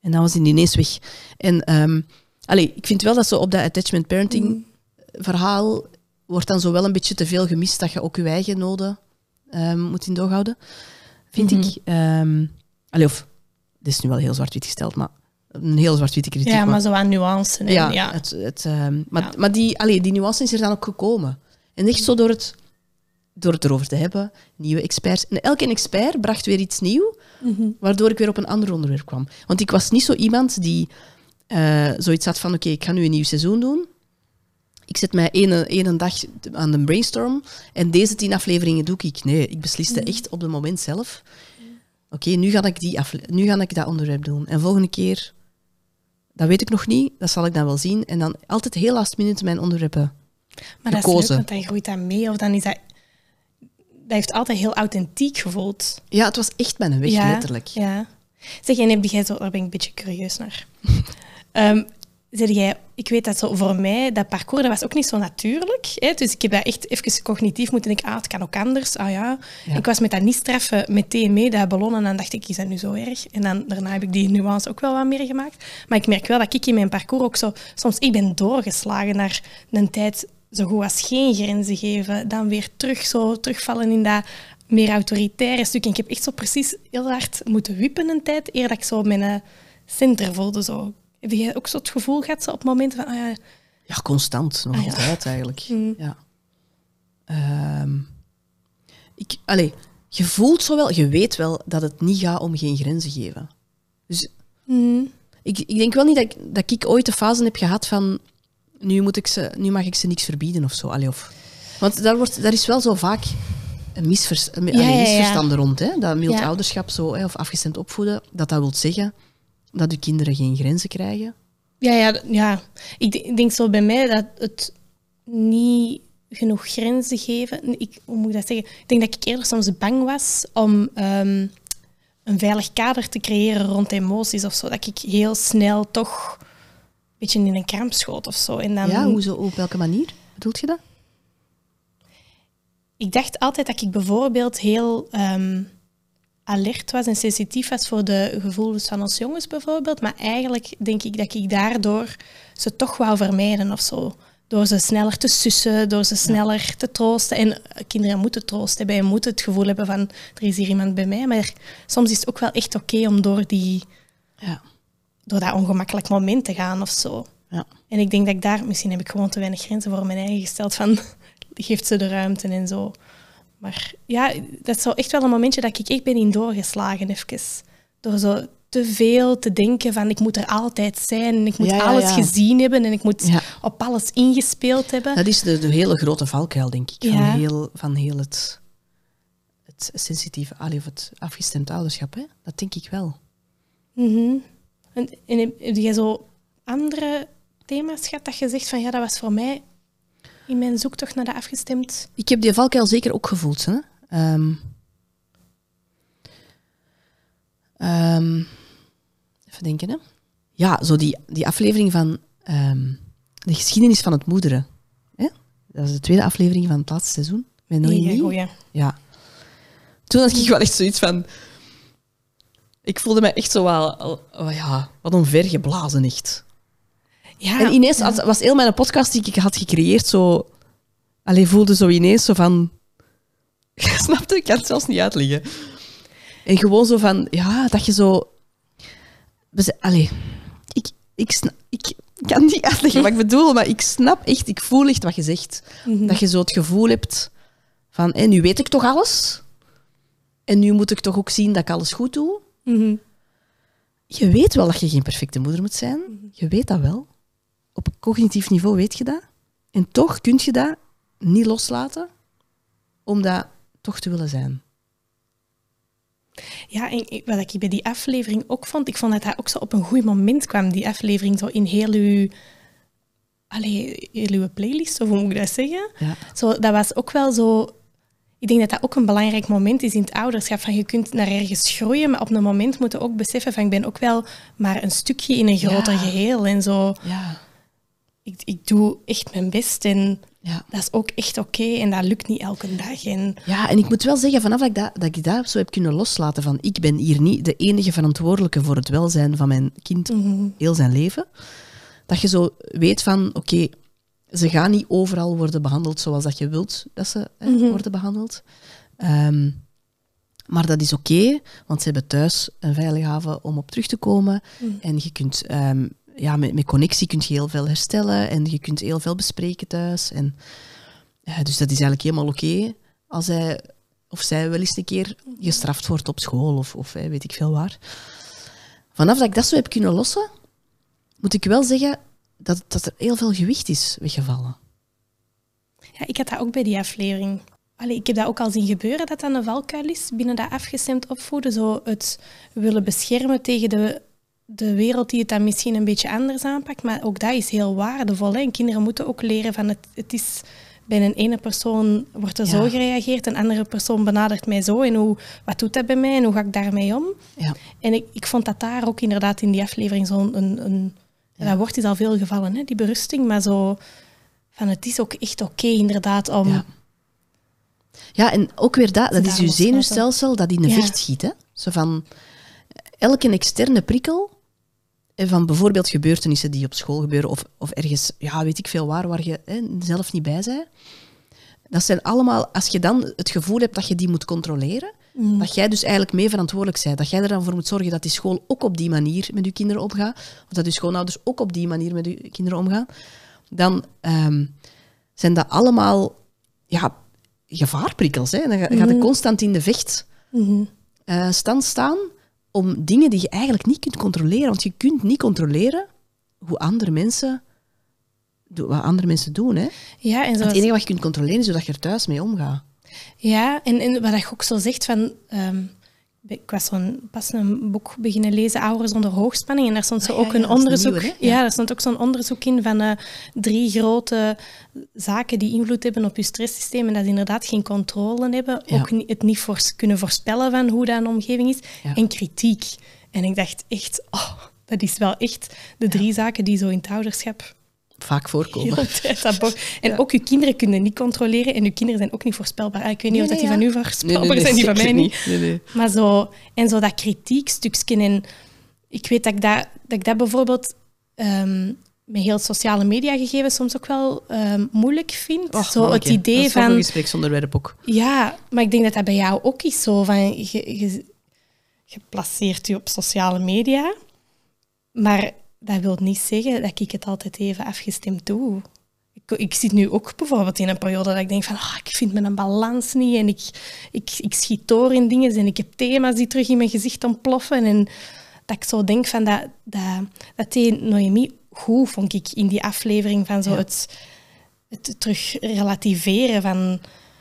A: En dan was hij ineens weg. En ik vind wel dat zo op dat attachment parenting verhaal wordt dan zo wel een beetje te veel gemist dat je ook je eigen noden moet in doog houden, vind ik. Of, dit is nu wel heel zwart-wit gesteld, maar een heel zwart-witte kritiek.
B: Ja, maar zo aan nuance.
A: Ja. Maar die nuance is er dan ook gekomen. En echt zo door het erover te hebben, nieuwe experts. En elke expert bracht weer iets nieuws, waardoor ik weer op een ander onderwerp kwam. Want ik was niet zo iemand die zoiets had van, oké, ik ga nu een nieuw seizoen doen. Ik zet mij één dag aan de brainstorm en deze 10 afleveringen doe ik. Nee, ik besliste echt op het moment zelf. Oké, nu ga ik dat onderwerp doen. En volgende keer, dat weet ik nog niet, dat zal ik dan wel zien. En dan altijd heel last minute mijn onderwerpen
B: maar
A: gekozen.
B: Dat is leuk, want dan groeit dat mee. Of dan is dat heeft altijd heel authentiek gevoeld.
A: Ja, het was echt mijn weg, letterlijk.
B: Ja. Zeg, en heb jij zo, daar ben ik een beetje curieus naar. Zeg jij, ik weet dat zo voor mij, dat parcours, dat was ook niet zo natuurlijk. Hè? Dus ik heb dat echt even cognitief moeten denken, het kan ook anders. Ja. Ik was met dat niet straffen meteen mee, dat ballon, en dan dacht ik, is dat nu zo erg? En dan, daarna heb ik die nuance ook wel wat meer gemaakt. Maar ik merk wel dat ik in mijn parcours ook zo, soms, ik ben doorgeslagen naar een tijd zo goed als geen grenzen geven, dan weer terugvallen in dat meer autoritaire stuk. En ik heb echt zo precies heel hard moeten wippen een tijd, eer dat ik zo mijn center voelde. Zo. Heb jij ook zo het gevoel gehad zo op momenten van...
A: Ja, constant. Nog altijd eigenlijk. Ja. Je voelt zo wel, je weet wel dat het niet gaat om geen grenzen geven. Dus ik denk wel niet dat ik ooit de fase heb gehad van nu mag ik ze niks verbieden of zo. Want daar is wel zo vaak een misverstanden rond. Hè? Dat mild ouderschap zo, of afgestemd opvoeden, dat wil zeggen dat uw kinderen geen grenzen krijgen.
B: Ja. Ik denk zo bij mij dat het niet genoeg grenzen geven... Hoe moet ik dat zeggen? Ik denk dat ik eerder soms bang was om een veilig kader te creëren rond emoties of zo. Dat ik heel snel toch een beetje in een kramp schoot of zo. En dan...
A: Ja, hoezo? Op welke manier bedoelt je dat?
B: Ik dacht altijd dat ik bijvoorbeeld heel... alert was en sensitief was voor de gevoelens van ons jongens bijvoorbeeld. Maar eigenlijk denk ik dat ik daardoor ze toch wou vermijden of zo. Door ze sneller te sussen, door ze sneller te troosten. En kinderen moeten troost hebben en moeten het gevoel hebben van er is hier iemand bij mij. Maar soms is het ook wel echt oké om door dat ongemakkelijk moment te gaan of zo. Ja. En ik denk dat ik daar... Misschien heb ik gewoon te weinig grenzen voor mijn eigen gesteld van geeft ze de ruimte en zo. Maar ja, dat is zo echt wel een momentje dat ik echt ben in doorgeslagen even. Door zo te veel te denken van ik moet er altijd zijn en ik moet alles gezien hebben en ik moet op alles ingespeeld hebben.
A: Dat is de hele grote valkuil, denk ik, van heel het sensitieve, of het afgestemd ouderschap. Hè? Dat denk ik wel.
B: En heb jij zo andere thema's gehad dat je zegt van ja, dat was voor mij... In mijn zoektocht naar de afgestemd...
A: Ik heb die valkuil zeker ook gevoeld. Hè? Even denken, hè. Ja, zo die aflevering van de geschiedenis van het moederen. Hè? Dat is de tweede aflevering van het laatste seizoen. Met Noémie. Ja. Toen had ik wel echt zoiets van... Ik voelde me echt zo wel... wat omvergeblazen, echt. Ja, en ineens was heel mijn podcast die ik had gecreëerd zo... voelde zo ineens zo van... Snapte? Ik kan het zelfs niet uitleggen. En gewoon zo van... Ja, dat je zo... Ik kan niet uitleggen wat ik bedoel, maar ik snap echt, ik voel echt wat je zegt. Dat je zo het gevoel hebt van... nu weet ik toch alles? En nu moet ik toch ook zien dat ik alles goed doe? Je weet wel dat je geen perfecte moeder moet zijn. Je weet dat wel. Op cognitief niveau weet je dat. En toch kun je dat niet loslaten om dat toch te willen zijn.
B: Ja, en wat ik bij die aflevering ook vond, ik vond dat ook zo op een goed moment kwam, die aflevering, zo in heel uw playlist, of hoe moet ik dat zeggen? Ja. Zo, dat was ook wel zo... Ik denk dat dat ook een belangrijk moment is in het ouderschap. Van je kunt naar ergens groeien, maar op een moment moet je ook beseffen van ik ben ook wel maar een stukje in een groter geheel en zo. Ja. ik doe echt mijn best en
A: Ja.
B: dat is ook echt oké en dat lukt niet elke dag. En
A: Ja, en ik moet wel zeggen, vanaf dat ik dat zo heb kunnen loslaten van ik ben hier niet de enige verantwoordelijke voor het welzijn van mijn kind heel zijn leven, dat je zo weet van, oké, ze gaan niet overal worden behandeld zoals dat je wilt dat ze worden behandeld. Maar dat is oké, want ze hebben thuis een veilige haven om op terug te komen. En je kunt, met connectie kun je heel veel herstellen en je kunt heel veel bespreken thuis. En, dus dat is eigenlijk helemaal oké als hij of zij wel eens een keer gestraft wordt op school of weet ik veel waar. Vanaf dat ik dat zo heb kunnen lossen, moet ik wel zeggen dat er heel veel gewicht is weggevallen.
B: ja, ik had dat ook bij die aflevering. Allee, ik heb dat ook al zien gebeuren, dat dat een valkuil is binnen dat afgestemd opvoeden. Zo het willen beschermen tegen de wereld die het dan misschien een beetje anders aanpakt. Maar ook dat is heel waardevol. Hè? En kinderen moeten ook leren van het is... Bij een ene persoon wordt er zo gereageerd, een andere persoon benadert mij zo. En wat doet dat bij mij en hoe ga ik daarmee om? Ja. En ik vond dat daar ook inderdaad in die aflevering zo'n... Dat wordt is al veel gevallen, hè, die berusting. Maar zo van het is ook echt oké, inderdaad, om...
A: Ja. Ja, en ook weer dat is je zenuwstelsel dat in de vecht schiet. Hè? Zo van elke externe prikkel, van bijvoorbeeld gebeurtenissen die op school gebeuren of ergens, weet ik veel waar je zelf niet bij bent. Dat zijn allemaal, als je dan het gevoel hebt dat je die moet controleren, dat jij dus eigenlijk mee verantwoordelijk bent. Dat jij er dan voor moet zorgen dat die school ook op die manier met je kinderen omgaat, of dat je schoonouders ook op die manier met je kinderen omgaan, dan zijn dat allemaal gevaarprikkels. Hè? Dan gaat je constant in de vechtstand staan om dingen die je eigenlijk niet kunt controleren. Want je kunt niet controleren wat andere mensen doen. Hè?
B: Ja, en
A: het enige wat je kunt controleren is hoe je er thuis mee omgaat.
B: Ja, en wat je ook zo zegt van... ik was pas een boek beginnen lezen, Ouders onder hoogspanning, en daar stond ook een onderzoek... Daar stond ook zo'n onderzoek in van 3 grote zaken die invloed hebben op je stresssysteem en dat ze inderdaad geen controle hebben, ook het niet kunnen voorspellen van hoe dat een omgeving is, en kritiek. En ik dacht echt, dat is wel echt de 3 zaken die zo in het ouderschap...
A: vaak voorkomen.
B: En ook je kinderen kunnen niet controleren en je kinderen zijn ook niet voorspelbaar. Ik weet niet of die van u voorspelbaar zijn, die van mij niet.
A: Nee.
B: Maar zo dat kritiekstukje. En ik weet dat ik dat bijvoorbeeld met heel sociale media gegeven soms ook wel moeilijk vind. Het idee
A: dat is
B: van...
A: een gespreksonderwerp ook.
B: Ja, maar ik denk dat bij jou ook is zo. Van, je placeert je op sociale media, maar... Dat wil niet zeggen dat ik het altijd even afgestemd doe. Ik zit nu ook bijvoorbeeld in een periode dat ik denk van ik vind mijn balans niet en ik schiet door in dingen en ik heb thema's die terug in mijn gezicht ontploffen. En dat ik zo denk van dat deed Noémie goed, vond ik, in die aflevering van zo het terug relativeren van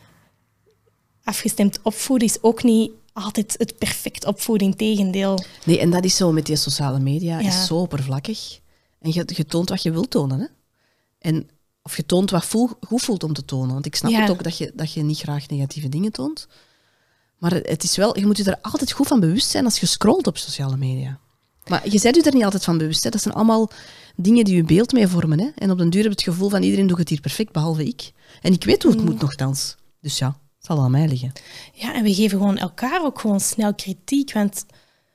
B: afgestemd opvoeden is ook niet altijd het perfect opvoeden, integendeel.
A: Nee, en dat is zo met die sociale media, is zo oppervlakkig. En je toont wat je wilt tonen. Hè? Of je toont wat goed voelt om te tonen. Want ik snap het ook dat je niet graag negatieve dingen toont. Maar het is wel, je moet je er altijd goed van bewust zijn als je scrolt op sociale media. Maar je bent je er niet altijd van bewust. Hè? Dat zijn allemaal dingen die je beeld mee vormen. Hè? En op den duur heb je het gevoel van iedereen doet het hier perfect, behalve ik. En ik weet hoe het moet nogthans. Dus ja. Het zal aan mij liggen. Ja,
B: en we geven gewoon elkaar ook gewoon snel kritiek, want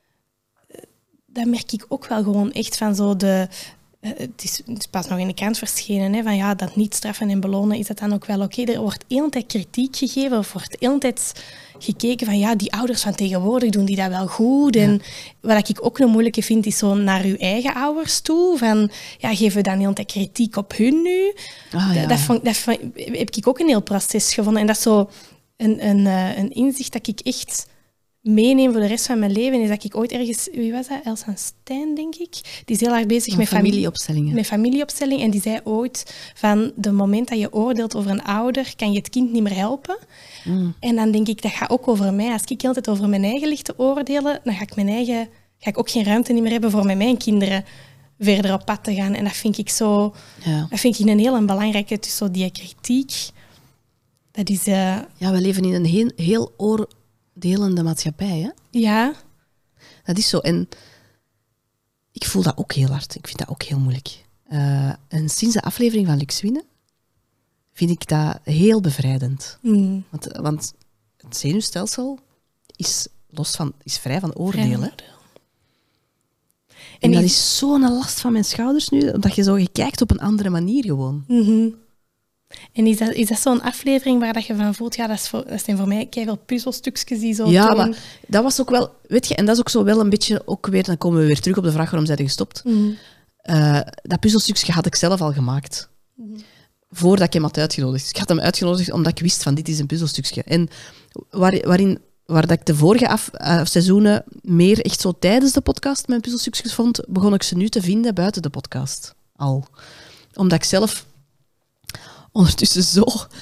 B: dat merk ik ook wel gewoon echt van zo het is pas nog in de krant verschenen, hè, van dat niet straffen en belonen, is dat dan ook wel oké? Er wordt de hele tijd kritiek gegeven, of wordt de hele tijd gekeken van die ouders van tegenwoordig doen die dat wel goed. En wat ik ook een moeilijke vind, is zo naar uw eigen ouders toe, van geven we dan de hele tijd kritiek op hun nu? Dat heb ik ook een heel proces gevonden. En dat is zo een inzicht dat ik echt meeneem voor de rest van mijn leven, is dat ik ooit ergens... Wie was dat? Elsa Stein, denk ik. Die is heel erg bezig met
A: familieopstellingen.
B: Met familieopstelling. En die zei ooit van de moment dat je oordeelt over een ouder, kan je het kind niet meer helpen. En dan denk ik, dat gaat ook over mij. Als ik altijd over mijn eigen ligt te oordelen, dan ga ik ook geen ruimte meer hebben voor met mijn kinderen verder op pad te gaan. En dat vind ik zo... Dat vind ik een heel belangrijke. Dus zo die kritiek... Dat is...
A: Ja, we leven in een heel oordelende maatschappij, hè?
B: Ja.
A: Dat is zo. En ik voel dat ook heel hard. Ik vind dat ook heel moeilijk. En sinds de aflevering van Luxwine vind ik dat heel bevrijdend. Want het zenuwstelsel is vrij van oordeel. Hè? En dat is zo'n last van mijn schouders nu, omdat je kijkt op een andere manier gewoon.
B: En is dat zo'n aflevering waar dat je van voelt, ja, dat zijn voor mij keiveel puzzelstukjes die zo...
A: Ja, maar dat was ook wel... Weet je, en dat is ook zo wel een beetje... Ook weer, dan komen we weer terug op de vraag waarom zijn gestopt. Dat puzzelstukje had ik zelf al gemaakt. Voordat ik hem had uitgenodigd. Dus ik had hem uitgenodigd omdat ik wist van dit is een puzzelstukje. En waar dat ik de vorige seizoenen meer echt zo tijdens de podcast mijn puzzelstukjes vond, begon ik ze nu te vinden buiten de podcast al. Omdat ik zelf ondertussen zo...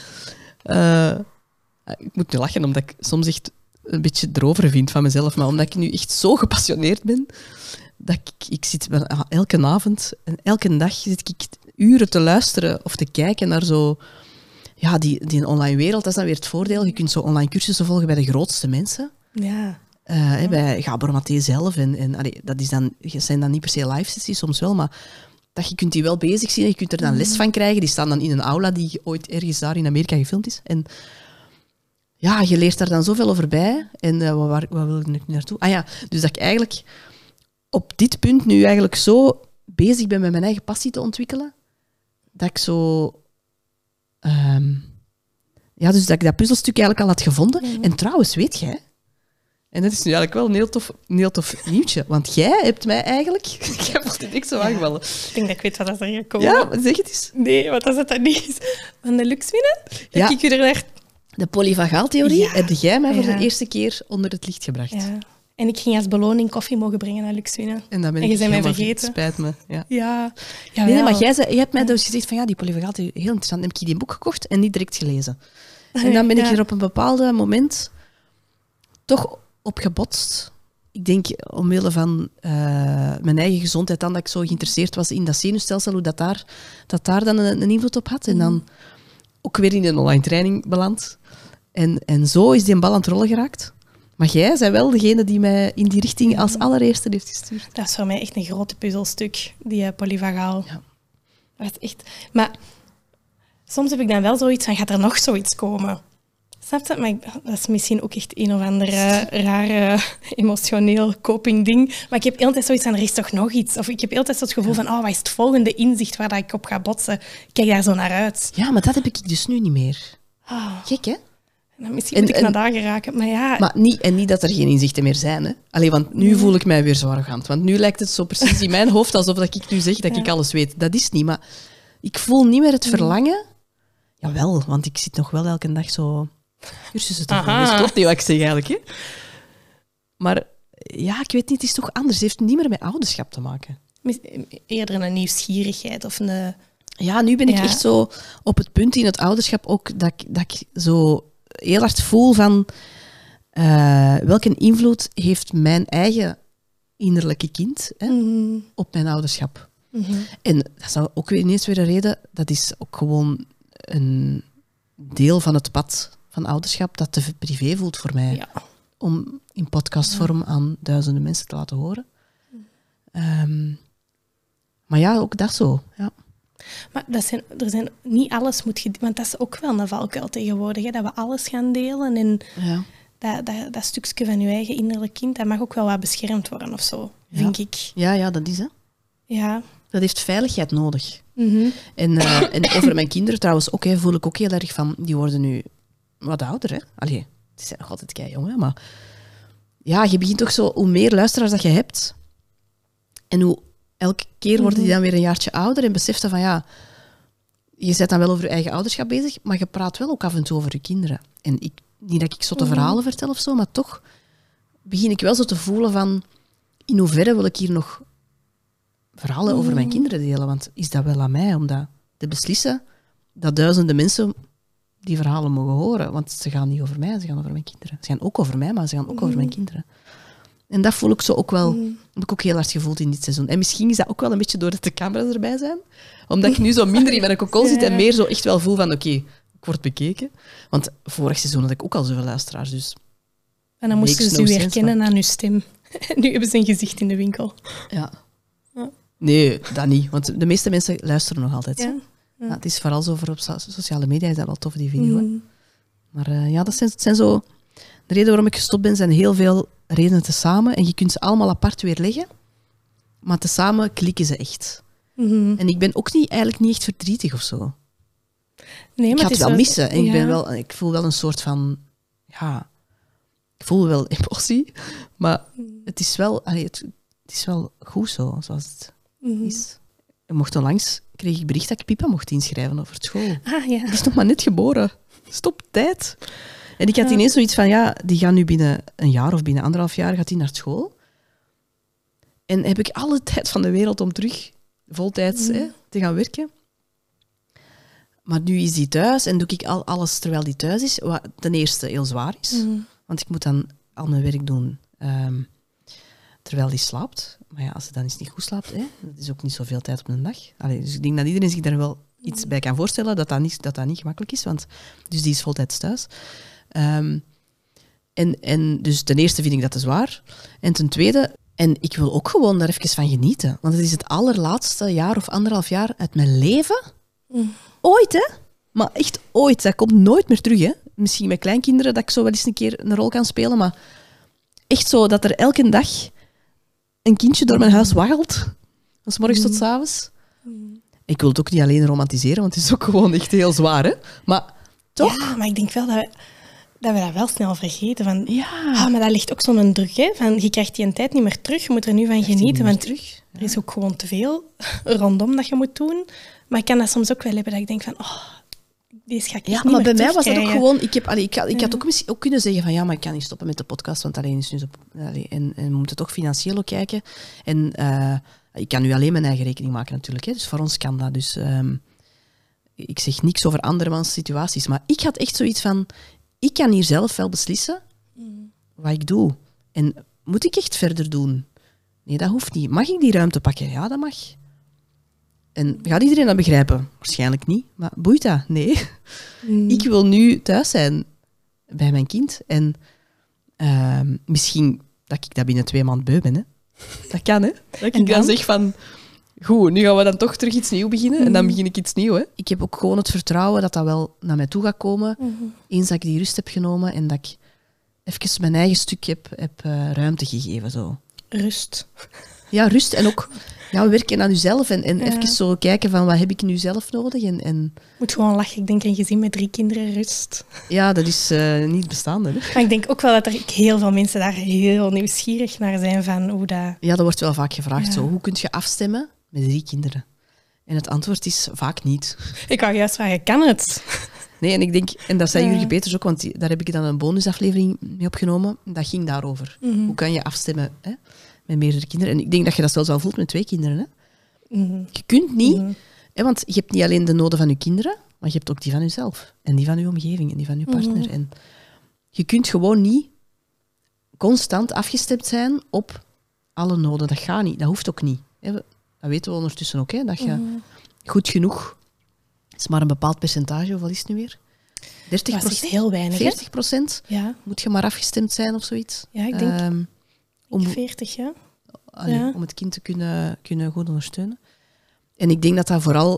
A: ik moet nu lachen, omdat ik soms echt een beetje erover vind van mezelf, maar omdat ik nu echt zo gepassioneerd ben, dat ik zit elke avond en elke dag zit ik uren te luisteren of te kijken naar zo... Ja, die online wereld, dat is dan weer het voordeel. Je kunt zo online cursussen volgen bij de grootste mensen.
B: Ja.
A: Bij Gabor Maté zelf. Dat zijn dan niet per se live sessies, soms wel, maar dat je kunt die wel bezig zien en je kunt er dan les van krijgen. Die staan dan in een aula die ooit ergens daar in Amerika gefilmd is. En ja, je leert daar dan zoveel over bij. En wat wil ik nu naartoe? Ah ja, dus dat ik eigenlijk op dit punt nu eigenlijk zo bezig ben met mijn eigen passie te ontwikkelen, dat ik zo... dus dat ik dat puzzelstuk eigenlijk al had gevonden. En trouwens, weet jij... En dat is nu eigenlijk wel een heel tof nieuwtje. Want jij hebt mij eigenlijk... Ik heb het direct zo aangevallen.
B: Ik denk dat ik weet wat dat er gekomen.
A: Ja, zeg het eens.
B: Nee, wat is het dan niet? Van de Luxwine?
A: Ja.
B: Ik u er echt...
A: De polyvagaaltheorie heb jij mij voor de eerste keer onder het licht gebracht.
B: Ja. En ik ging als beloning koffie mogen brengen naar Luxwine.
A: En dat ben
B: je
A: ik
B: bent mij
A: helemaal
B: vergeten.
A: Spijt me. Ja.
B: Nee,
A: maar je hebt mij dus gezegd van ja, die polyvagaaltheorie, heel interessant. Dan heb ik die boek gekocht en niet direct gelezen. En dan ben ik er op een bepaald moment toch op gebotst. Ik denk omwille van mijn eigen gezondheid, dan dat ik zo geïnteresseerd was in dat zenuwstelsel, hoe dat daar dan een invloed op had. En dan ook weer in een online training beland. En zo is die een bal aan het rollen geraakt. Maar jij bent wel degene die mij in die richting als allereerste heeft gestuurd.
B: Dat is voor mij echt een grote puzzelstuk, die polyvagaal.
A: Ja.
B: Dat is echt... Maar soms heb ik dan wel zoiets van, gaat er nog zoiets komen? Snap je? Maar dat is misschien ook echt een of ander rare emotioneel coping-ding. Maar ik heb altijd zoiets van, er is toch nog iets? Of ik heb altijd zo het gevoel van, wat is het volgende inzicht waar ik op ga botsen? Ik kijk daar zo naar uit.
A: Ja, maar dat heb ik dus nu niet meer. Gek, hè?
B: Nou, misschien moet ik naar daar geraken, maar ja...
A: Maar niet dat er geen inzichten meer zijn, hè? Allee, want nu voel ik mij weer zo arrogant. Want nu lijkt het zo precies in mijn hoofd alsof ik nu zeg dat ik alles weet. Dat is niet, maar ik voel niet meer het verlangen. Jawel, want ik zit nog wel elke dag zo cursussen te volgen. Dat klopt niet wat ik zeg eigenlijk, hè? Maar ja, ik weet niet, het is toch anders. Het heeft niet meer met ouderschap te maken.
B: Eerder een nieuwsgierigheid of een...
A: Ja, nu ben ik echt zo op het punt in het ouderschap ook dat ik zo heel hard voel van welke invloed heeft mijn eigen innerlijke kind op mijn ouderschap. En dat is ook ineens weer een reden, dat is ook gewoon een deel van het pad van ouderschap dat te privé voelt voor mij. Ja. Om in podcastvorm aan duizenden mensen te laten horen. Maar ja, ook dat zo. Ja.
B: Maar niet alles moet je... Want dat is ook wel een valkuil tegenwoordig, hè, dat we alles gaan delen. En dat stukje van je eigen innerlijk kind, dat mag ook wel wat beschermd worden of zo, vind ik.
A: Ja, dat is het.
B: Ja.
A: Dat heeft veiligheid nodig. En over mijn kinderen trouwens ook, voel ik ook heel erg van... Die worden nu wat ouder, hè. Allee, die zijn nog altijd keijong, hè. Maar ja, je begint toch zo... Hoe meer luisteraars dat je hebt... En hoe elke keer worden die dan weer een jaartje ouder en beseft van ja, je bent dan wel over je eigen ouderschap bezig, maar je praat wel ook af en toe over je kinderen. En niet dat ik zotte verhalen vertel of zo, maar toch begin ik wel zo te voelen van in hoeverre wil ik hier nog verhalen over mijn kinderen delen, want is dat wel aan mij om dat te beslissen dat duizenden mensen die verhalen mogen horen, want ze gaan niet over mij, ze gaan over mijn kinderen. Ze gaan ook over mij, maar ze gaan ook over mijn kinderen. En dat voel ik zo ook wel, heb ik ook heel hard gevoeld in dit seizoen. En misschien is dat ook wel een beetje doordat de camera's erbij zijn. Omdat ik nu zo minder in mijn kokon zit en meer zo echt wel voel van oké, ik word bekeken. Want vorig seizoen had ik ook al zoveel luisteraars, dus...
B: En dan moesten ze u herkennen aan uw stem. Nu hebben ze een gezicht in de winkel.
A: Ja. Nee, dat niet. Want de meeste mensen luisteren nog altijd.
B: Ja.
A: Ja, het is vooral zo voor op sociale media is dat wel tof, die video. Hè. Maar dat zijn zo... De reden waarom ik gestopt ben, zijn heel veel redenen tezamen. En je kunt ze allemaal apart weer leggen. Maar tezamen klikken ze echt. En ik ben ook eigenlijk niet echt verdrietig of zo.
B: Nee, maar
A: ik ga het wel missen. En ik voel wel een soort van... Ja, ik voel wel emotie. Maar het is wel, het is wel goed zo, zoals het is. En onlangs kreeg ik bericht dat ik Pippa mocht inschrijven over school.
B: Ah, ja.
A: Die is nog maar net geboren. Stop tijd. En ik had ineens zoiets van, die gaan nu binnen een jaar of binnen 1,5 jaar gaat die naar school. En heb ik alle tijd van de wereld om terug voltijds te gaan werken. Maar nu is die thuis en doe ik alles terwijl die thuis is. Wat ten eerste heel zwaar is. Want ik moet dan al mijn werk doen terwijl die slaapt. Maar ja, als ze dan eens niet goed slaapt, dat is ook niet zoveel tijd op een dag. Dus ik denk dat iedereen zich daar wel iets bij kan voorstellen, dat dat niet gemakkelijk is. Dus die is voltijds thuis. En dus ten eerste vind ik dat te zwaar. En ten tweede, en ik wil ook gewoon daar even van genieten. Want het is het allerlaatste jaar of 1,5 jaar uit mijn leven. Ooit, hè? Maar echt ooit. Dat komt nooit meer terug, hè? Misschien met kleinkinderen, dat ik zo wel eens een keer een rol kan spelen, maar echt zo dat er elke dag een kindje door mijn huis waggelt. Van 's morgens tot 's avonds. Ik wil het ook niet alleen romantiseren, want het is ook gewoon echt heel zwaar, hè? Maar toch?
B: Ja, maar ik denk wel dat we dat wel snel vergeten. Van, maar dat ligt ook zo'n druk, hè? Van, je krijgt die een tijd niet meer terug, je moet er nu van genieten. Want er is ook gewoon te veel rondom dat je moet doen. Maar ik kan dat soms ook wel hebben, dat ik denk van... Deze ga ik niet
A: maar
B: meer
A: bij mij was dat ook gewoon... Ik had ook kunnen zeggen van maar ik kan niet stoppen met de podcast, want alleen is nu zo... En we moeten toch financieel ook kijken. En ik kan nu alleen mijn eigen rekening maken natuurlijk. Hè, dus voor ons kan dat. Dus ik zeg niks over andermans situaties. Maar ik had echt zoiets van... Ik kan hier zelf wel beslissen wat ik doe. En moet ik echt verder doen? Nee, dat hoeft niet. Mag ik die ruimte pakken? Ja, dat mag. En gaat iedereen dat begrijpen? Waarschijnlijk niet. Maar boeit dat? Nee. Ik wil nu thuis zijn bij mijn kind. En misschien dat ik dat binnen 2 maanden beu ben. Hè. Dat kan, hè. Dat ik dan zeg van... Goed, nu gaan we dan toch terug iets nieuws beginnen. En dan begin ik iets nieuws. Hè. Ik heb ook gewoon het vertrouwen dat dat wel naar mij toe gaat komen. Eens dat ik die rust heb genomen en dat ik even mijn eigen stuk heb ruimte gegeven. Zo.
B: Rust.
A: Ja, rust en ook werken aan jezelf en even zo kijken van wat heb ik nu zelf nodig. En...
B: Moet gewoon lachen. Ik denk een gezin met 3 kinderen rust.
A: Ja, dat is niet bestaande. Hè?
B: Maar ik denk ook wel dat er heel veel mensen daar heel nieuwsgierig naar zijn van hoe dat...
A: Ja, dat wordt wel vaak gevraagd. Zo, hoe kun je afstemmen met 3 kinderen? En het antwoord is vaak niet.
B: Ik wou juist vragen, kan het?
A: Nee, en ik denk, en dat zei Jurgen Peters ook, want daar heb ik dan een bonusaflevering mee opgenomen. Dat ging daarover. Hoe kan je afstemmen met meerdere kinderen? En ik denk dat je dat zelfs al voelt met 2 kinderen. Hè? Je kunt niet, want je hebt niet alleen de noden van je kinderen, maar je hebt ook die van jezelf. En die van je omgeving en die van je partner. En je kunt gewoon niet constant afgestemd zijn op alle noden. Dat gaat niet. Dat hoeft ook niet. Dat weten we ondertussen ook. Hè? Dat je goed genoeg... Het is maar een bepaald percentage. Hoeveel is het nu weer? 30%?
B: Dat is heel weinig.
A: 40%? Ja. Moet je maar afgestemd zijn of zoiets?
B: Ja, ik denk 40, ja.
A: Om het kind te kunnen goed ondersteunen. En ik denk dat dat vooral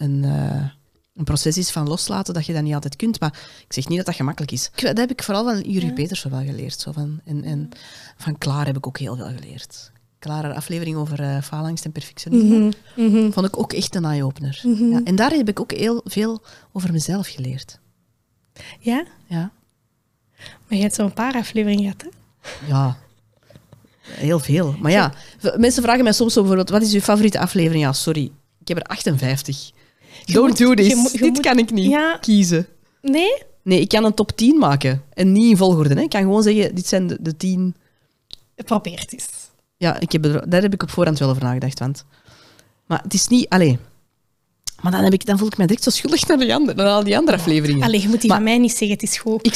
A: een proces is van loslaten, dat je dat niet altijd kunt. Maar ik zeg niet dat dat gemakkelijk is. Dat heb ik vooral van Jurgen Peters wel geleerd. Zo en van Klaar heb ik ook heel veel geleerd. Klaar, haar aflevering over faalangst en perfectionisme. Vond ik ook echt een eye-opener. Ja, en daar heb ik ook heel veel over mezelf geleerd.
B: Ja?
A: Ja.
B: Maar je hebt zo'n paar afleveringen gehad, hè?
A: Ja. Heel veel. Maar ja, mensen vragen mij soms zo bijvoorbeeld, wat is uw favoriete aflevering? Ja, sorry. Ik heb er 58. Don't do this. Dit kan ik niet kiezen.
B: Nee?
A: Nee, ik kan een top 10 maken. En niet in volgorde. Hè. Ik kan gewoon zeggen, dit zijn de 10...
B: Probeer het eens.
A: Ja, daar heb ik op voorhand wel over nagedacht. Maar het is niet... Allee. Maar dan voel ik me direct zo schuldig naar al die andere afleveringen.
B: Allee, je moet die van mij niet zeggen, het is goed.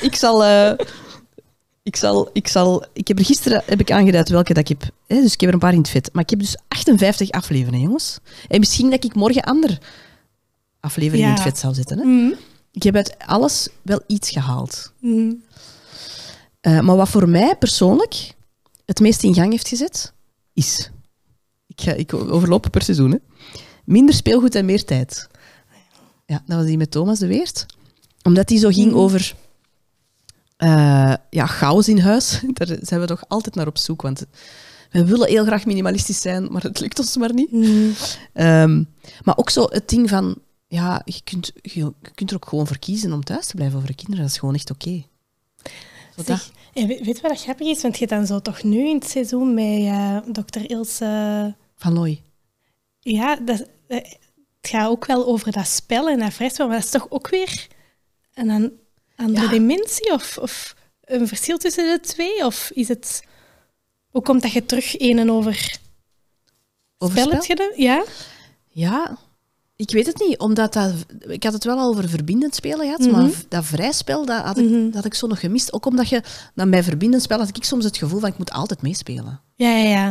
A: Ik heb er gisteren aangeduid welke dat ik heb. Hè, dus ik heb er een paar in het vet. Maar ik heb dus 58 afleveringen, jongens. En misschien dat ik morgen andere afleveringen in het vet zou zetten. Hè. Ik heb uit alles wel iets gehaald. Maar wat voor mij persoonlijk het meest in gang heeft gezet, is... Ik Ik overloop per seizoen. Hè. Minder speelgoed en meer tijd. Ja, dat was die met Thomas de Weert. Omdat die zo ging over chaos in huis. Daar zijn we toch altijd naar op zoek. Want we willen heel graag minimalistisch zijn, maar het lukt ons maar niet. Maar ook zo het ding van... Ja, je kunt er ook gewoon voor kiezen om thuis te blijven voor de kinderen. Dat is gewoon echt oké.
B: Weet je wat dat grappig is? Want je hebt dan zo toch nu in het seizoen met dokter Ilse...
A: Van Looy.
B: Ja, het gaat ook wel over dat spel en dat vrijspel, maar dat is toch ook weer een andere dimensie? Of een verschil tussen de twee? Of is het... Hoe komt dat je terug een en over spel hebt gedaan? Ja?
A: Ja, ik weet het niet. Omdat ik had het wel al over verbindend spelen gehad, maar dat vrijspel, dat had ik zo nog gemist. Ook omdat je, dan bij verbindend spel had ik soms het gevoel van ik moet altijd meespelen.
B: Ja.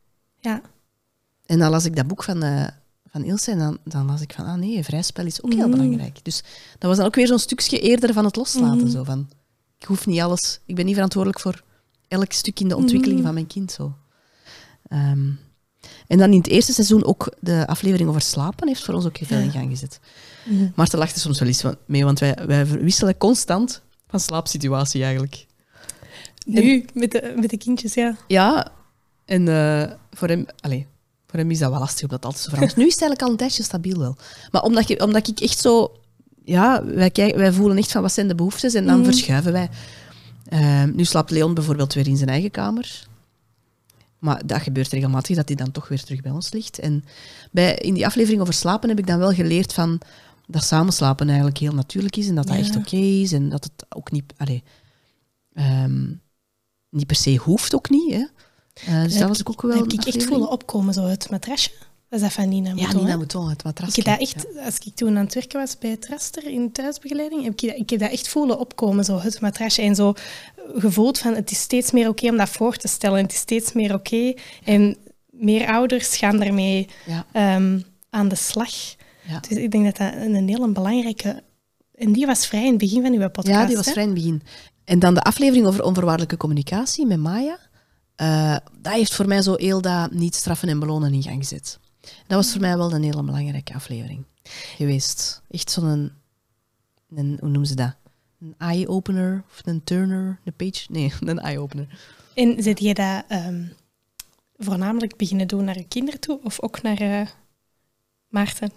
A: En dan las ik dat boek van Ilse en dan las ik van, nee, vrijspel is ook heel belangrijk. Dus dat was dan ook weer zo'n stukje eerder van het loslaten. Zo van, ik hoef niet alles, ik ben niet verantwoordelijk voor elk stuk in de ontwikkeling van mijn kind. Zo. En dan in het eerste seizoen ook de aflevering over slapen heeft voor ons ook heel veel in gang gezet. Maarten lacht er soms wel eens mee, want wij wisselen constant van slaapsituatie eigenlijk.
B: Nu, met de kindjes, ja.
A: Ja, en voor hem is dat wel lastig, omdat het altijd zo verandert. Nu is het eigenlijk al een tijdje stabiel wel. Maar omdat ik echt zo... Ja, wij voelen echt van wat zijn de behoeftes en dan verschuiven wij. Nu slaapt Leon bijvoorbeeld weer in zijn eigen kamer. Maar dat gebeurt regelmatig, dat hij dan toch weer terug bij ons ligt. En in die aflevering over slapen heb ik dan wel geleerd van dat samenslapen eigenlijk heel natuurlijk is en dat dat echt oké is en dat het ook niet... niet per se hoeft ook niet, hè. Dus dat was ik ook wel...
B: Heb ik echt voelen opkomen, zo het matrasje. Dat is dat van Nina Mouton.
A: Ja, Nina Mouton, het matrasje.
B: Ik heb dat echt, als ik toen aan het werken was bij Traster in thuisbegeleiding, ik heb dat echt voelen opkomen, zo het matrasje. En zo gevoeld van, het is steeds meer oké om dat voor te stellen. Het is steeds meer oké. En meer ouders gaan daarmee aan de slag. Ja. Dus ik denk dat dat een heel belangrijke... En die was vrij in het begin van uw podcast.
A: Ja, die was vrij in het begin. En dan de aflevering over onvoorwaardelijke communicatie met Maya. Dat heeft voor mij zo heel dat niet straffen en belonen in gang gezet. Dat was voor mij wel een hele belangrijke aflevering geweest. Echt zo'n... Hoe noemen ze dat? Een eye-opener of een turner, een page? Nee, een eye-opener.
B: En zit je dat voornamelijk beginnen doen naar je kinderen toe of ook naar Maarten?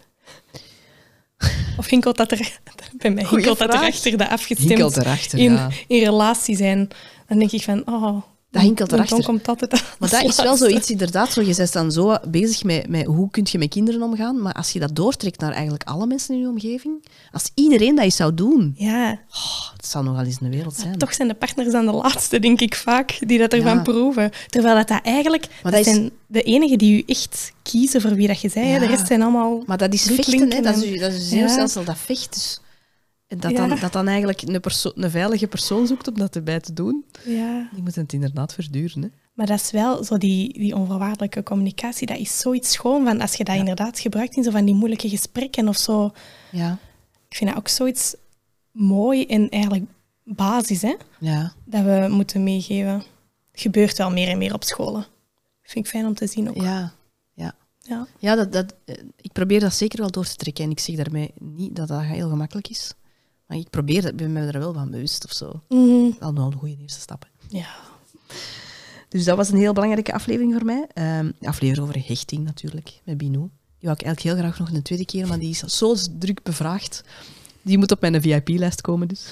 B: Of hinkelt dat er... Bij mij hinkelt dat erachter, dat afgestemd in relatie zijn. Dan denk ik van...
A: Dat hinkelt erachter.
B: Dan komt dat
A: maar dat is wel zoiets, inderdaad. Zo, je bent dan zo bezig met hoe kun je met kinderen omgaan. Maar als je dat doortrekt naar eigenlijk alle mensen in je omgeving, als iedereen dat eens zou doen, het zou nogal eens een wereld zijn.
B: Toch zijn de partners dan de laatste, denk ik vaak, die dat ervan proeven. Terwijl dat eigenlijk... zijn de enigen die u echt kiezen voor wie dat je zei. De rest zijn allemaal...
A: Maar dat is vechten, hè. Dat is een zenuwstelsel dat vecht. Dus... Dat dan eigenlijk een veilige persoon zoekt om dat erbij te doen. Ja. Die moet het inderdaad verduren. Hè.
B: Maar dat is wel zo die onvoorwaardelijke communicatie. Dat is zoiets schoon van als je dat inderdaad gebruikt in zo van die moeilijke gesprekken of zo. Ja. Ik vind dat ook zoiets mooi en eigenlijk basis, hè? Ja. Dat we moeten meegeven. Het gebeurt wel meer en meer op scholen. Dat vind ik fijn om te zien ook.
A: Ja, ik probeer dat zeker wel door te trekken. En ik zeg daarmee niet dat dat heel gemakkelijk is. Maar ik ben me er wel van bewust of zo. Al wel een goede eerste stap.
B: Ja.
A: Dus dat was een heel belangrijke aflevering voor mij. De aflevering over hechting natuurlijk, met Bino. Die wou ik eigenlijk heel graag nog een tweede keer, maar die is zo druk bevraagd. Die moet op mijn VIP-lijst komen dus.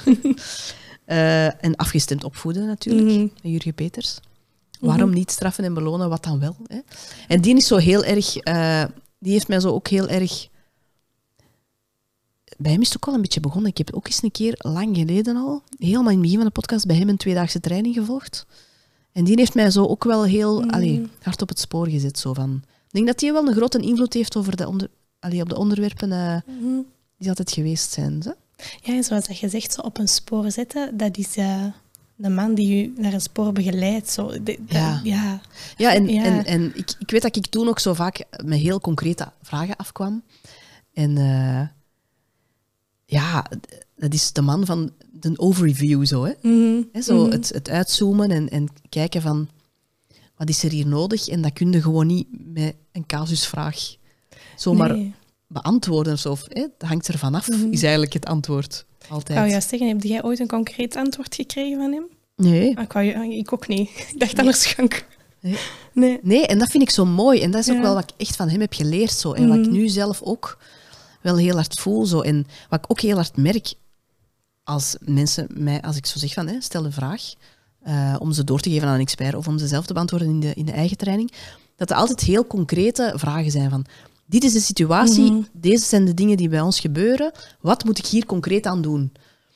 A: En afgestemd opvoeden natuurlijk, met Jurgen Peters. Waarom niet straffen en belonen, wat dan wel? Hè? En die is zo heel erg... die heeft mij zo ook heel erg... Bij hem is het ook wel een beetje begonnen. Ik heb ook eens een keer, lang geleden al, helemaal in het begin van de podcast, bij hem een 2-daagse training gevolgd. En die heeft mij zo ook wel heel hard op het spoor gezet. Zo van. Ik denk dat die wel een grote invloed heeft over op de onderwerpen die altijd geweest zijn. Zo.
B: Ja, en zoals je zegt, zo op een spoor zetten, dat is... de man die u naar een spoor begeleidt. Zo.
A: En ik weet dat ik toen ook zo vaak met heel concrete vragen afkwam. En dat is de man van de overview, zo. Hè? Zo het uitzoomen en kijken van... wat is er hier nodig? En dat kun je gewoon niet met een casusvraag zomaar beantwoorden. Of, dat hangt er vanaf, is eigenlijk het antwoord. Altijd.
B: Ik wou juist zeggen, heb jij ooit een concreet antwoord gekregen van hem?
A: Nee.
B: Ik ook niet. Ik dacht anders Gank.
A: Nee, en dat vind ik zo mooi. En dat is ook wel wat ik echt van hem heb geleerd. Zo. En wat ik nu zelf ook wel heel hard voel. Zo. En wat ik ook heel hard merk als mensen mij, als ik zo zeg van, stel een vraag, om ze door te geven aan een expert of om ze zelf te beantwoorden in de eigen training, dat er altijd heel concrete vragen zijn van, dit is de situatie, deze zijn de dingen die bij ons gebeuren, wat moet ik hier concreet aan doen?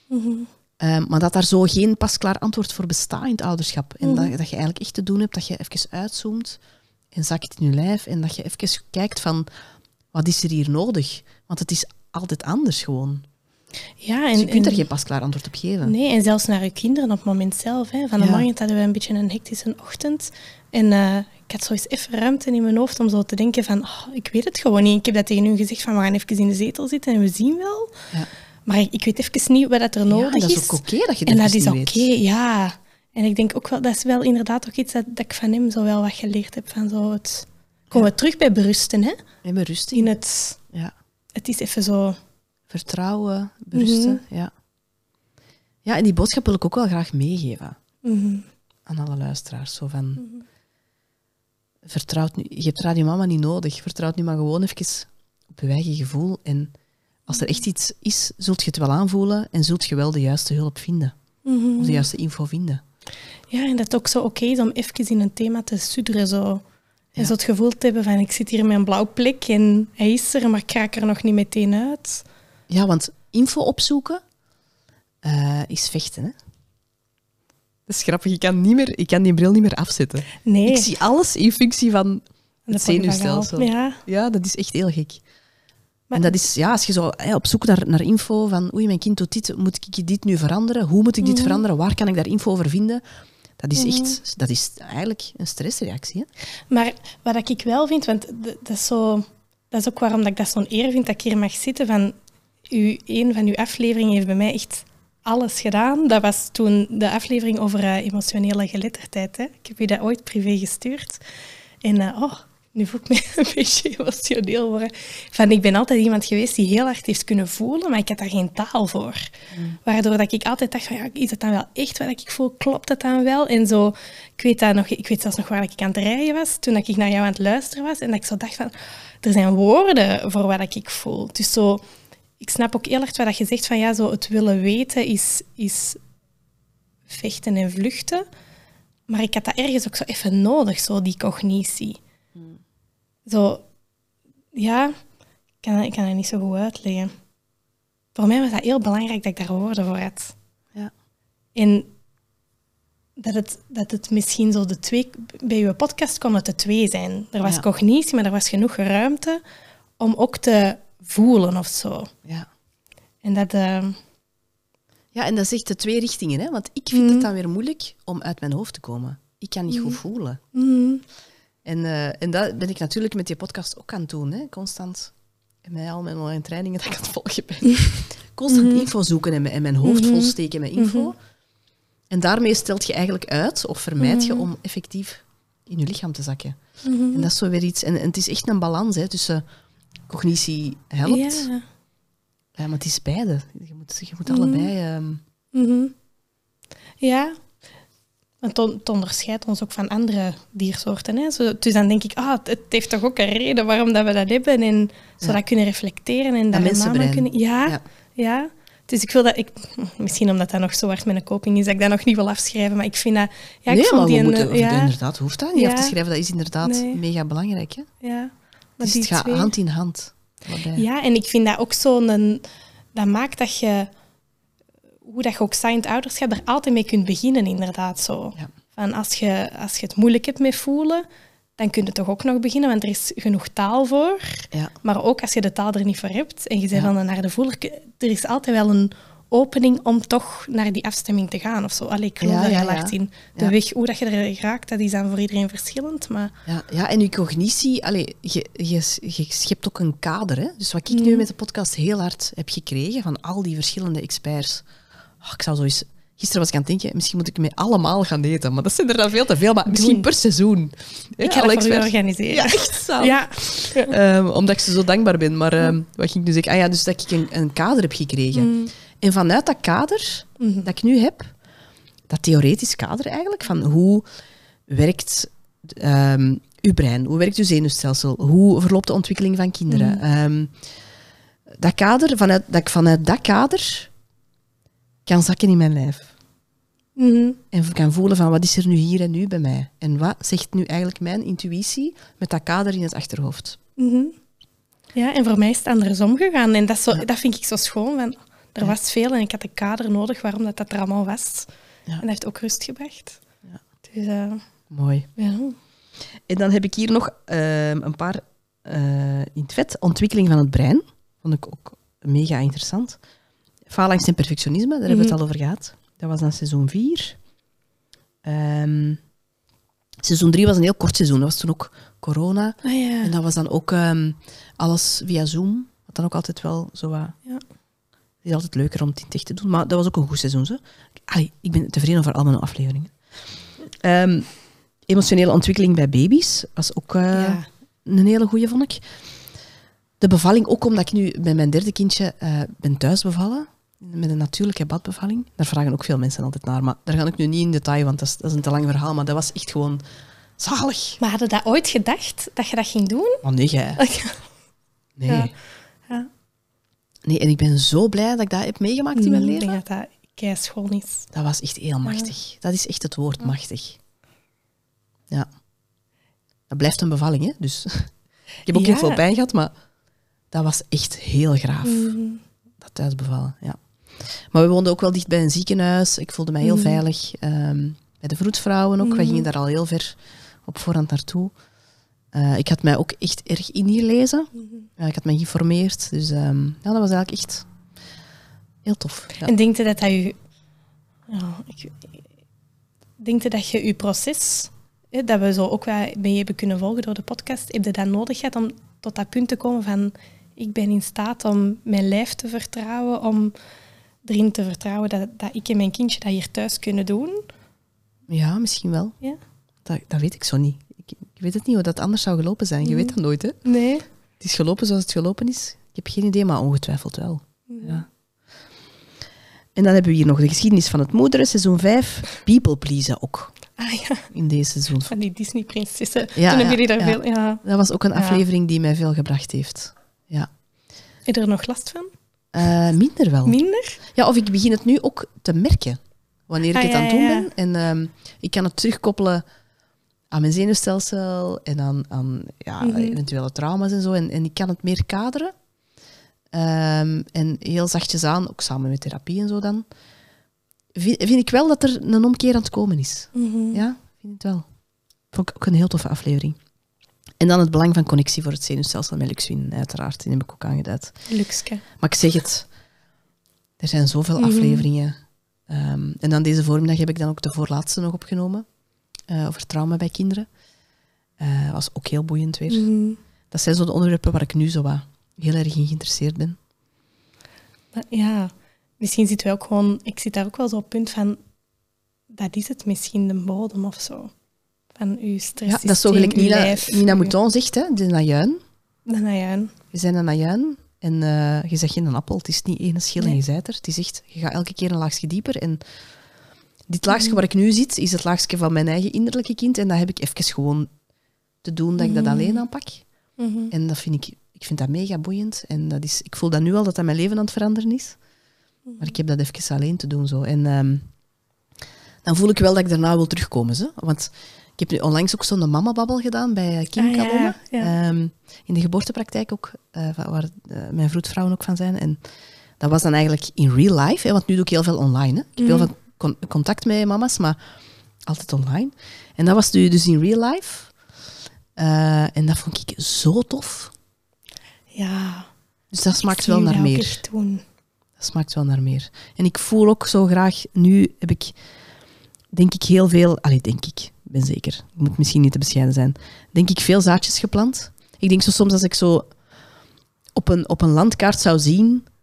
A: Maar dat daar zo geen pasklaar antwoord voor bestaat in het ouderschap. En dat je eigenlijk echt te doen hebt, dat je even uitzoomt en zakt in je lijf en dat je even kijkt van, wat is er hier nodig? Want het is altijd anders gewoon.
B: Ja,
A: dus je kunt er geen pasklaar antwoord op geven.
B: Nee, en zelfs naar je kinderen op het moment zelf. Hè. Van de morgen hadden we een beetje een hectische ochtend. En ik had zo eens even ruimte in mijn hoofd om zo te denken van, ik weet het gewoon niet. Ik heb dat tegen hun gezegd van, we gaan even in de zetel zitten en we zien wel. Ja. Maar ik weet even niet wat er nodig is.
A: En dat is ook oké dat je
B: en
A: dat
B: is
A: niet weet.
B: Ja. En ik denk ook wel, dat is wel inderdaad ook iets dat ik van hem zo wel wat geleerd heb. Van zo het komen we terug bij berusten, hè?
A: En berusten.
B: In het...
A: Ja.
B: Het is even zo...
A: Vertrouwen, berusten, ja. Ja, en die boodschap wil ik ook wel graag meegeven aan alle luisteraars. Zo van, vertrouw nu, je hebt Radio Mama niet nodig, vertrouw nu maar gewoon even op je eigen gevoel. En als er echt iets is, zult je het wel aanvoelen en zult je wel de juiste hulp vinden. Of de juiste info vinden.
B: Ja, en dat het ook zo oké is om even in een thema te sudderen. Zo. En zo het gevoel te hebben van, ik zit hier met een blauw plek en hij is er, maar ik raak er nog niet meteen uit.
A: Ja, want info opzoeken is vechten, hè? Dat is grappig. Ik kan die bril niet meer afzetten.
B: Nee.
A: Ik zie alles in functie van het zenuwstelsel.
B: Ja,
A: dat is echt heel gek. Maar, en dat is, als je zo op zoek naar info van, oei, mijn kind doet dit, moet ik dit nu veranderen? Hoe moet ik dit veranderen? Waar kan ik daar info over vinden? Dat is echt, dat is eigenlijk een stressreactie. Hè?
B: Maar wat ik wel vind, want dat is ook waarom dat ik dat zo'n eer vind dat ik hier mag zitten, van een van uw afleveringen heeft bij mij echt alles gedaan. Dat was toen de aflevering over emotionele geletterdheid. Hè. Ik heb je dat ooit privé gestuurd. En nu voel ik me een beetje emotioneel worden. Van, ik ben altijd iemand geweest die heel hard heeft kunnen voelen, maar ik had daar geen taal voor. Waardoor dat ik altijd dacht, van, is het dan wel echt wat ik voel? Klopt het dan wel? En zo, ik weet zelfs nog waar ik aan het rijden was, toen ik naar jou aan het luisteren was. En dat ik zo dacht van, er zijn woorden voor wat ik voel. Dus zo... Ik snap ook heel erg wat je zegt van zo het willen weten is vechten en vluchten. Maar ik had dat ergens ook zo even nodig, zo die cognitie. Zo, ja, ik kan het niet zo goed uitleggen. Voor mij was dat heel belangrijk dat ik daar woorden voor had.
A: Ja.
B: En dat het misschien zo de twee... Bij je podcast kon het de twee zijn. Er was cognitie, maar er was genoeg ruimte om ook te voelen of zo.
A: Ja.
B: En dat...
A: Ja, en dat is echt de twee richtingen, hè? Want ik vind het dan weer moeilijk om uit mijn hoofd te komen. Ik kan niet goed voelen. En dat ben ik natuurlijk met die podcast ook aan het doen, hè? Constant. En met al mijn online trainingen dat ik aan het volgen ben. Constant info zoeken en mijn hoofd volsteken met info. En daarmee stelt je eigenlijk uit, of vermijd je om effectief in je lichaam te zakken. En dat is zo weer iets... En het is echt een balans, hè, tussen... Cognitie helpt. Ja, maar het is beide. Je moet allebei...
B: Ja. Want het onderscheidt ons ook van andere diersoorten. Hè? Dus dan denk ik, het heeft toch ook een reden waarom dat we dat hebben. En zodat kunnen reflecteren. En dat
A: mensenbrein.
B: Kunnen... Ja. Dus ik wil dat... Misschien omdat dat nog zo hard met een coping is, dat ik dat nog niet wil afschrijven. Maar ik vind dat... Ja,
A: nee,
B: ik vond
A: maar inderdaad hoeft dat niet af te schrijven. Dat is inderdaad mega belangrijk. Hè?
B: Ja.
A: Dus het gaat hand in hand.
B: Ja, en ik vind dat ook dat maakt dat je, hoe dat je ook staat in het ouderschap, er altijd mee kunt beginnen, inderdaad. Zo.
A: Ja.
B: Van als je het moeilijk hebt met voelen, dan kun je toch ook nog beginnen, want er is genoeg taal voor. Ja. Maar ook als je de taal er niet voor hebt en je bent van naar de voeler, er is altijd wel een opening om toch naar die afstemming te gaan of zo. Allee, ik geloof daar heel hard in. De weg, hoe dat je er raakt, dat is dan voor iedereen verschillend. Maar...
A: Ja, en je cognitie, je schept ook een kader. Hè? Dus wat ik nu met de podcast heel hard heb gekregen van al die verschillende experts. Ik zou zo eens Gisteren was ik aan het denken, misschien moet ik mee allemaal gaan eten. Maar dat zijn er dan veel te veel. Maar misschien per seizoen.
B: Ik ga dat voor u organiseren.
A: Ja, echt zo.
B: Ja.
A: Omdat ik ze zo dankbaar ben. Maar wat ging ik nu zeggen? Ah ja, dus dat ik een kader heb gekregen. En vanuit dat kader dat ik nu heb, dat theoretisch kader eigenlijk, van hoe werkt uw brein, hoe werkt uw zenuwstelsel, hoe verloopt de ontwikkeling van kinderen. Dat kader, dat ik vanuit dat kader kan zakken in mijn lijf. En kan voelen van wat is er nu hier en nu bij mij. En wat zegt nu eigenlijk mijn intuïtie met dat kader in het achterhoofd.
B: Ja, en voor mij is het andersom gegaan. En dat vind ik zo schoon. Want er was veel en ik had een kader nodig waarom dat er allemaal was. Ja. En dat heeft ook rust gebracht. Ja. Dus,
A: mooi.
B: Ja.
A: En dan heb ik hier nog een paar in het vet. Ontwikkeling van het brein. Vond ik ook mega interessant. Faalangst en perfectionisme, daar hebben we het al over gehad. Dat was dan seizoen 4. Seizoen 3 was een heel kort seizoen. Dat was toen ook corona.
B: Ja.
A: En dat was dan ook alles via Zoom. Wat dan ook altijd wel zo wat... Ja. Het is altijd leuker om het in het echt te doen. Maar dat was ook een goed seizoen. Zo. Ik ben tevreden over al mijn afleveringen. Emotionele ontwikkeling bij baby's was ook een hele goeie, vond ik. De bevalling, ook omdat ik nu bij mijn derde kindje ben thuis bevallen. Met een natuurlijke badbevalling. Daar vragen ook veel mensen altijd naar. Maar daar ga ik nu niet in detail, want dat is een te lang verhaal. Maar dat was echt gewoon zalig.
B: Maar hadden dat ooit gedacht, dat je dat ging doen?
A: Oh nee, jij. Nee.
B: Ja.
A: Nee, en ik ben zo blij dat ik dat heb meegemaakt in mijn leven.
B: Ik denk dat dat keischoon is.
A: Dat was echt heel machtig. Dat is echt het woord, machtig. Ja. Dat blijft een bevalling, hè. Dus ik heb ook heel veel pijn gehad, maar dat was echt heel graaf. Dat thuisbevallen, ja. Maar we woonden ook wel dicht bij een ziekenhuis. Ik voelde mij heel veilig. Bij de vroedvrouwen ook. We gingen daar al heel ver op voorhand naartoe. Ik had mij ook echt erg ingelezen. Ik had mij geïnformeerd. Dus dat was eigenlijk echt heel tof. Ja.
B: En denk je dat je... Denk je dat je je proces, dat we zo ook wel mee hebben kunnen volgen door de podcast, heb je dat nodig gehad om tot dat punt te komen van ik ben in staat om mijn lijf te vertrouwen, om erin te vertrouwen dat ik en mijn kindje dat hier thuis kunnen doen?
A: Ja, misschien wel.
B: Ja?
A: Dat weet ik zo niet. Ik weet het niet hoe dat anders zou gelopen zijn. Je weet dat nooit, hè?
B: Nee.
A: Het is gelopen zoals het gelopen is. Ik heb geen idee, maar ongetwijfeld wel. Ja. En dan hebben we hier nog de geschiedenis van het moederen, seizoen 5. People pleasen ook.
B: Ah ja.
A: In deze seizoen.
B: Van die Disney-prinsessen.
A: Ja,
B: toen hebben jullie daar veel... Ja.
A: Dat was ook een aflevering die mij veel gebracht heeft. Ja.
B: Heb je er nog last van?
A: Minder wel.
B: Minder?
A: Ja, of ik begin het nu ook te merken. Wanneer ik het aan het doen ben. En ik kan het terugkoppelen aan mijn zenuwstelsel en aan eventuele trauma's en zo. En ik kan het meer kaderen. En heel zachtjes aan, ook samen met therapie en zo dan, vind ik wel dat er een omkeer aan het komen is. Ja, vind ik het wel. Vond ik ook een heel toffe aflevering. En dan het belang van connectie voor het zenuwstelsel met Luxwin, uiteraard. Die heb ik ook aangeduid.
B: Luxke.
A: Maar ik zeg het, er zijn zoveel afleveringen. En dan deze voormiddag heb ik dan ook de voorlaatste nog opgenomen. Over trauma bij kinderen. Was ook heel boeiend weer. Dat zijn zo de onderwerpen waar ik nu zo wat heel erg in geïnteresseerd ben.
B: Maar ja, misschien zitten we ook gewoon... Ik zit daar ook wel zo op het punt van... Dat is het misschien, de bodem of zo. Van uw stress.
A: Ja, dat is zo gelijk Nina Mouton zegt, hè, de najuin.
B: De najuin.
A: Je bent een najuin en je zegt geen appel. Het is niet één schil en je zijt er. Het is echt, je gaat elke keer een laagje dieper. En dit laagje waar ik nu zit, is het laagje van mijn eigen innerlijke kind. En dat heb ik even gewoon te doen dat ik dat alleen aanpak. En dat vind ik vind dat mega boeiend. En dat is, ik voel dat nu al dat mijn leven aan het veranderen is. Maar ik heb dat even alleen te doen. Zo. En dan voel ik wel dat ik daarna wil terugkomen. Zo. Want ik heb nu onlangs ook zo'n mamababbel gedaan bij Kim Kaloma. Ja. In de geboortepraktijk ook, waar mijn vroedvrouwen ook van zijn. En dat was dan eigenlijk in real life, hè, want nu doe ik heel veel online. Hè. Ik heb heel veel contact met mama's, maar altijd online. En dat was nu dus in real life. En dat vond ik zo tof.
B: Ja.
A: Dus dat smaakt wel naar meer. Dat smaakt wel naar meer. En ik voel ook zo graag, nu heb ik, denk ik heel veel, ik ben zeker, ik moet misschien niet te bescheiden zijn, denk ik veel zaadjes geplant. Ik denk zo soms als ik zo op een landkaart zou zien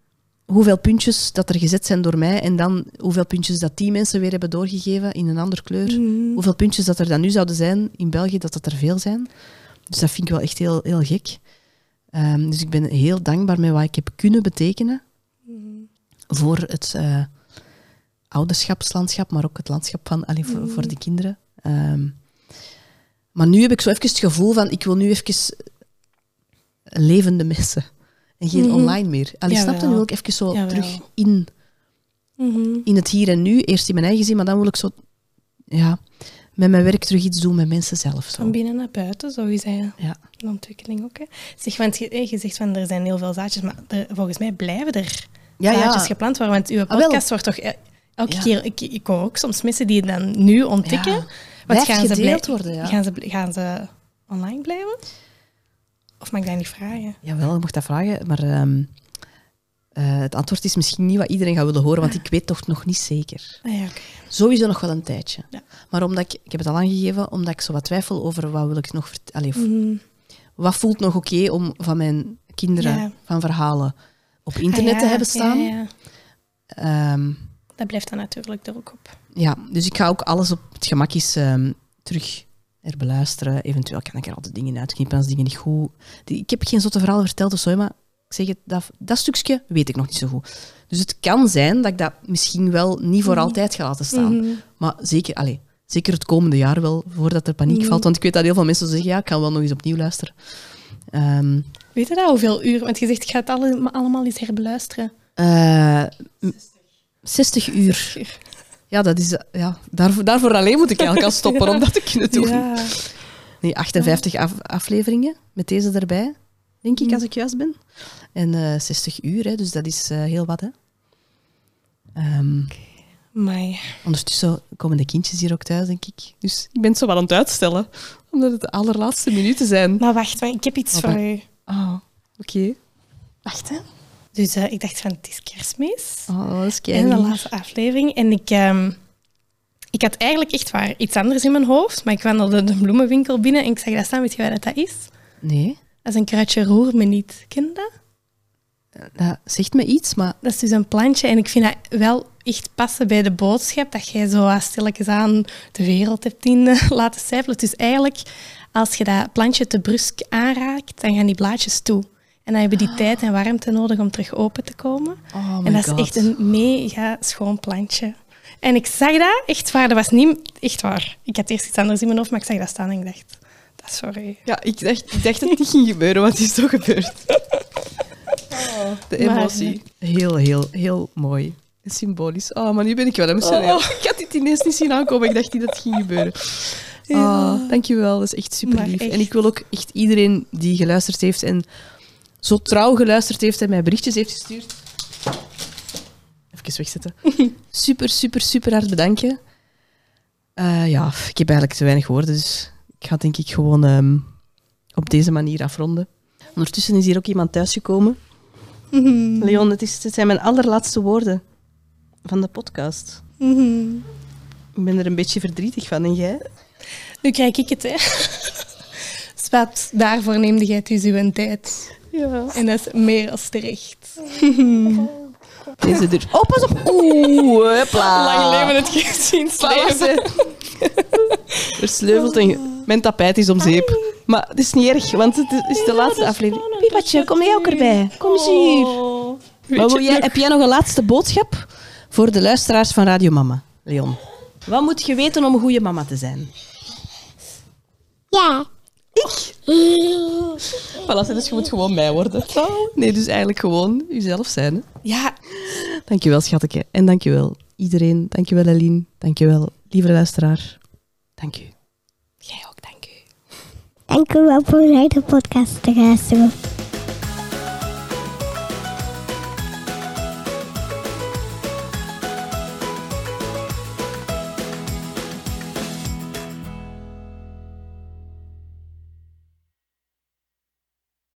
A: hoeveel puntjes dat er gezet zijn door mij en dan hoeveel puntjes dat die mensen weer hebben doorgegeven in een andere kleur. Hoeveel puntjes dat er dan nu zouden zijn in België, dat er veel zijn. Dus dat vind ik wel echt heel, heel gek. Dus ik ben heel dankbaar met wat ik heb kunnen betekenen voor het ouderschapslandschap, maar ook het landschap van, voor de kinderen. Maar nu heb ik zo even het gevoel van, ik wil nu even levende mensen. En geen online meer. Snap je? Nu wil ik even zo terug in het hier en nu. Eerst in mijn eigen zin, maar dan wil ik zo met mijn werk terug iets doen met mensen zelf. Zo.
B: Van binnen naar buiten, zo is hij. Ja. Een ontwikkeling ook. Hè. Zeg, want je zegt van er zijn heel veel zaadjes, maar volgens mij blijven er zaadjes geplant worden. Want uw podcast wordt toch elke keer... Ik hoor ook soms mensen die het dan nu ontdekken.
A: Ja.
B: Wat
A: gaan gedeeld worden, ja.
B: Gaan ze online blijven? Of mag ik dat niet vragen?
A: Jawel, je mag dat vragen, maar het antwoord is misschien niet wat iedereen gaat willen horen, want ik weet toch nog niet zeker.
B: Okay.
A: Sowieso nog wel een tijdje.
B: Ja.
A: Maar omdat ik heb het al aangegeven, omdat ik zo wat twijfel over wat wil ik nog vertellen. Wat voelt nog oké om van mijn kinderen, van verhalen, op internet te hebben staan.
B: Dat blijft dan natuurlijk er ook op.
A: Ja, dus ik ga ook alles op het gemak eens terug herbeluisteren. Eventueel kan ik er altijd dingen uitknippen als dingen niet goed... Ik heb geen zotte verhalen verteld of zo, maar ik zeg het, dat stukje weet ik nog niet zo goed. Dus het kan zijn dat ik dat misschien wel niet voor altijd ga laten staan. Maar zeker het komende jaar wel, voordat er paniek valt. Want ik weet dat heel veel mensen zeggen, ja, ik kan wel nog eens opnieuw luisteren.
B: Weet je dat, hoeveel uur? Want je zegt, ik ga het allemaal eens herbeluisteren.
A: 60 uur. Ja, dat is... daarvoor alleen moet ik eigenlijk al stoppen om dat te kunnen doen. Ja. Nee, 58 afleveringen, met deze erbij, denk ik, als ik juist ben. En 60 uur, hè, dus dat is heel wat, hè. Ondertussen komen de kindjes hier ook thuis, denk ik. Dus ik ben het zo wat aan het uitstellen, omdat het de allerlaatste minuten zijn.
B: Maar wacht, ik heb iets voor u.
A: Oké.
B: Wacht, hè. Dus ik dacht van, het is Kerstmis.
A: Dat is
B: en de laatste aflevering. En ik had eigenlijk echt waar iets anders in mijn hoofd, maar ik wandelde de bloemenwinkel binnen en ik zag dat staan. Weet je wat dat is?
A: Nee.
B: Dat is een kruidje roermeniet. Ken je dat?
A: Dat zegt me iets, maar...
B: Dat is dus een plantje en ik vind dat wel echt passen bij de boodschap dat jij zo stilletjes aan de wereld hebt in laten sijpelen. Dus eigenlijk, als je dat plantje te brusk aanraakt, dan gaan die blaadjes toe. En dan hebben die tijd en warmte nodig om terug open te komen. En dat is echt een mega schoon plantje. En ik zag dat, echt waar, dat was niet echt waar. Ik had eerst iets anders in mijn hoofd, maar ik zag dat staan en ik dacht, dat is sorry.
A: Ja, ik dacht dat het niet ging gebeuren, want het is toch gebeurd. De emotie. Heel, heel, heel mooi. Symbolisch. Maar nu ben ik wel emotioneel. Ik had dit ineens niet zien aankomen, ik dacht niet dat het ging gebeuren. Dankjewel, dat is echt super lief. En ik wil ook echt iedereen die geluisterd heeft en zo trouw geluisterd heeft en mij berichtjes heeft gestuurd. Even wegzetten. Super, super, super hard bedanken. Ik heb eigenlijk te weinig woorden, dus ik ga denk ik gewoon op deze manier afronden. Ondertussen is hier ook iemand thuisgekomen. Leon, het zijn mijn allerlaatste woorden van de podcast. Ik ben er een beetje verdrietig van, en jij?
B: Nu krijg ik het, hè. Spat, daarvoor neemde jij dus uw tijd. Ja. En dat is meer als terecht.
A: Deze deur. Oh, pas op. Oeh, hopla.
B: Lang leven het gezinsleven.
A: Er sleuvelt en mijn tapijt is om zeep. Maar het is niet erg, want het is de laatste aflevering. Piepatje, kom jij ook erbij? Kom eens hier. Heb jij nog een laatste boodschap voor de luisteraars van Radio Mama, Leon? Wat moet je weten om een goede mama te zijn?
C: Ja.
A: Ik? Voilà, dus je moet gewoon mij worden. Nee, dus eigenlijk gewoon jezelf zijn. Hè?
B: Ja.
A: Dankjewel, schatje. En dankjewel iedereen. Dankjewel, Eline. Dankjewel, lieve luisteraar. Dank u.
B: Jij ook, dank u.
C: Dank u wel voor naar de podcast te luisteren.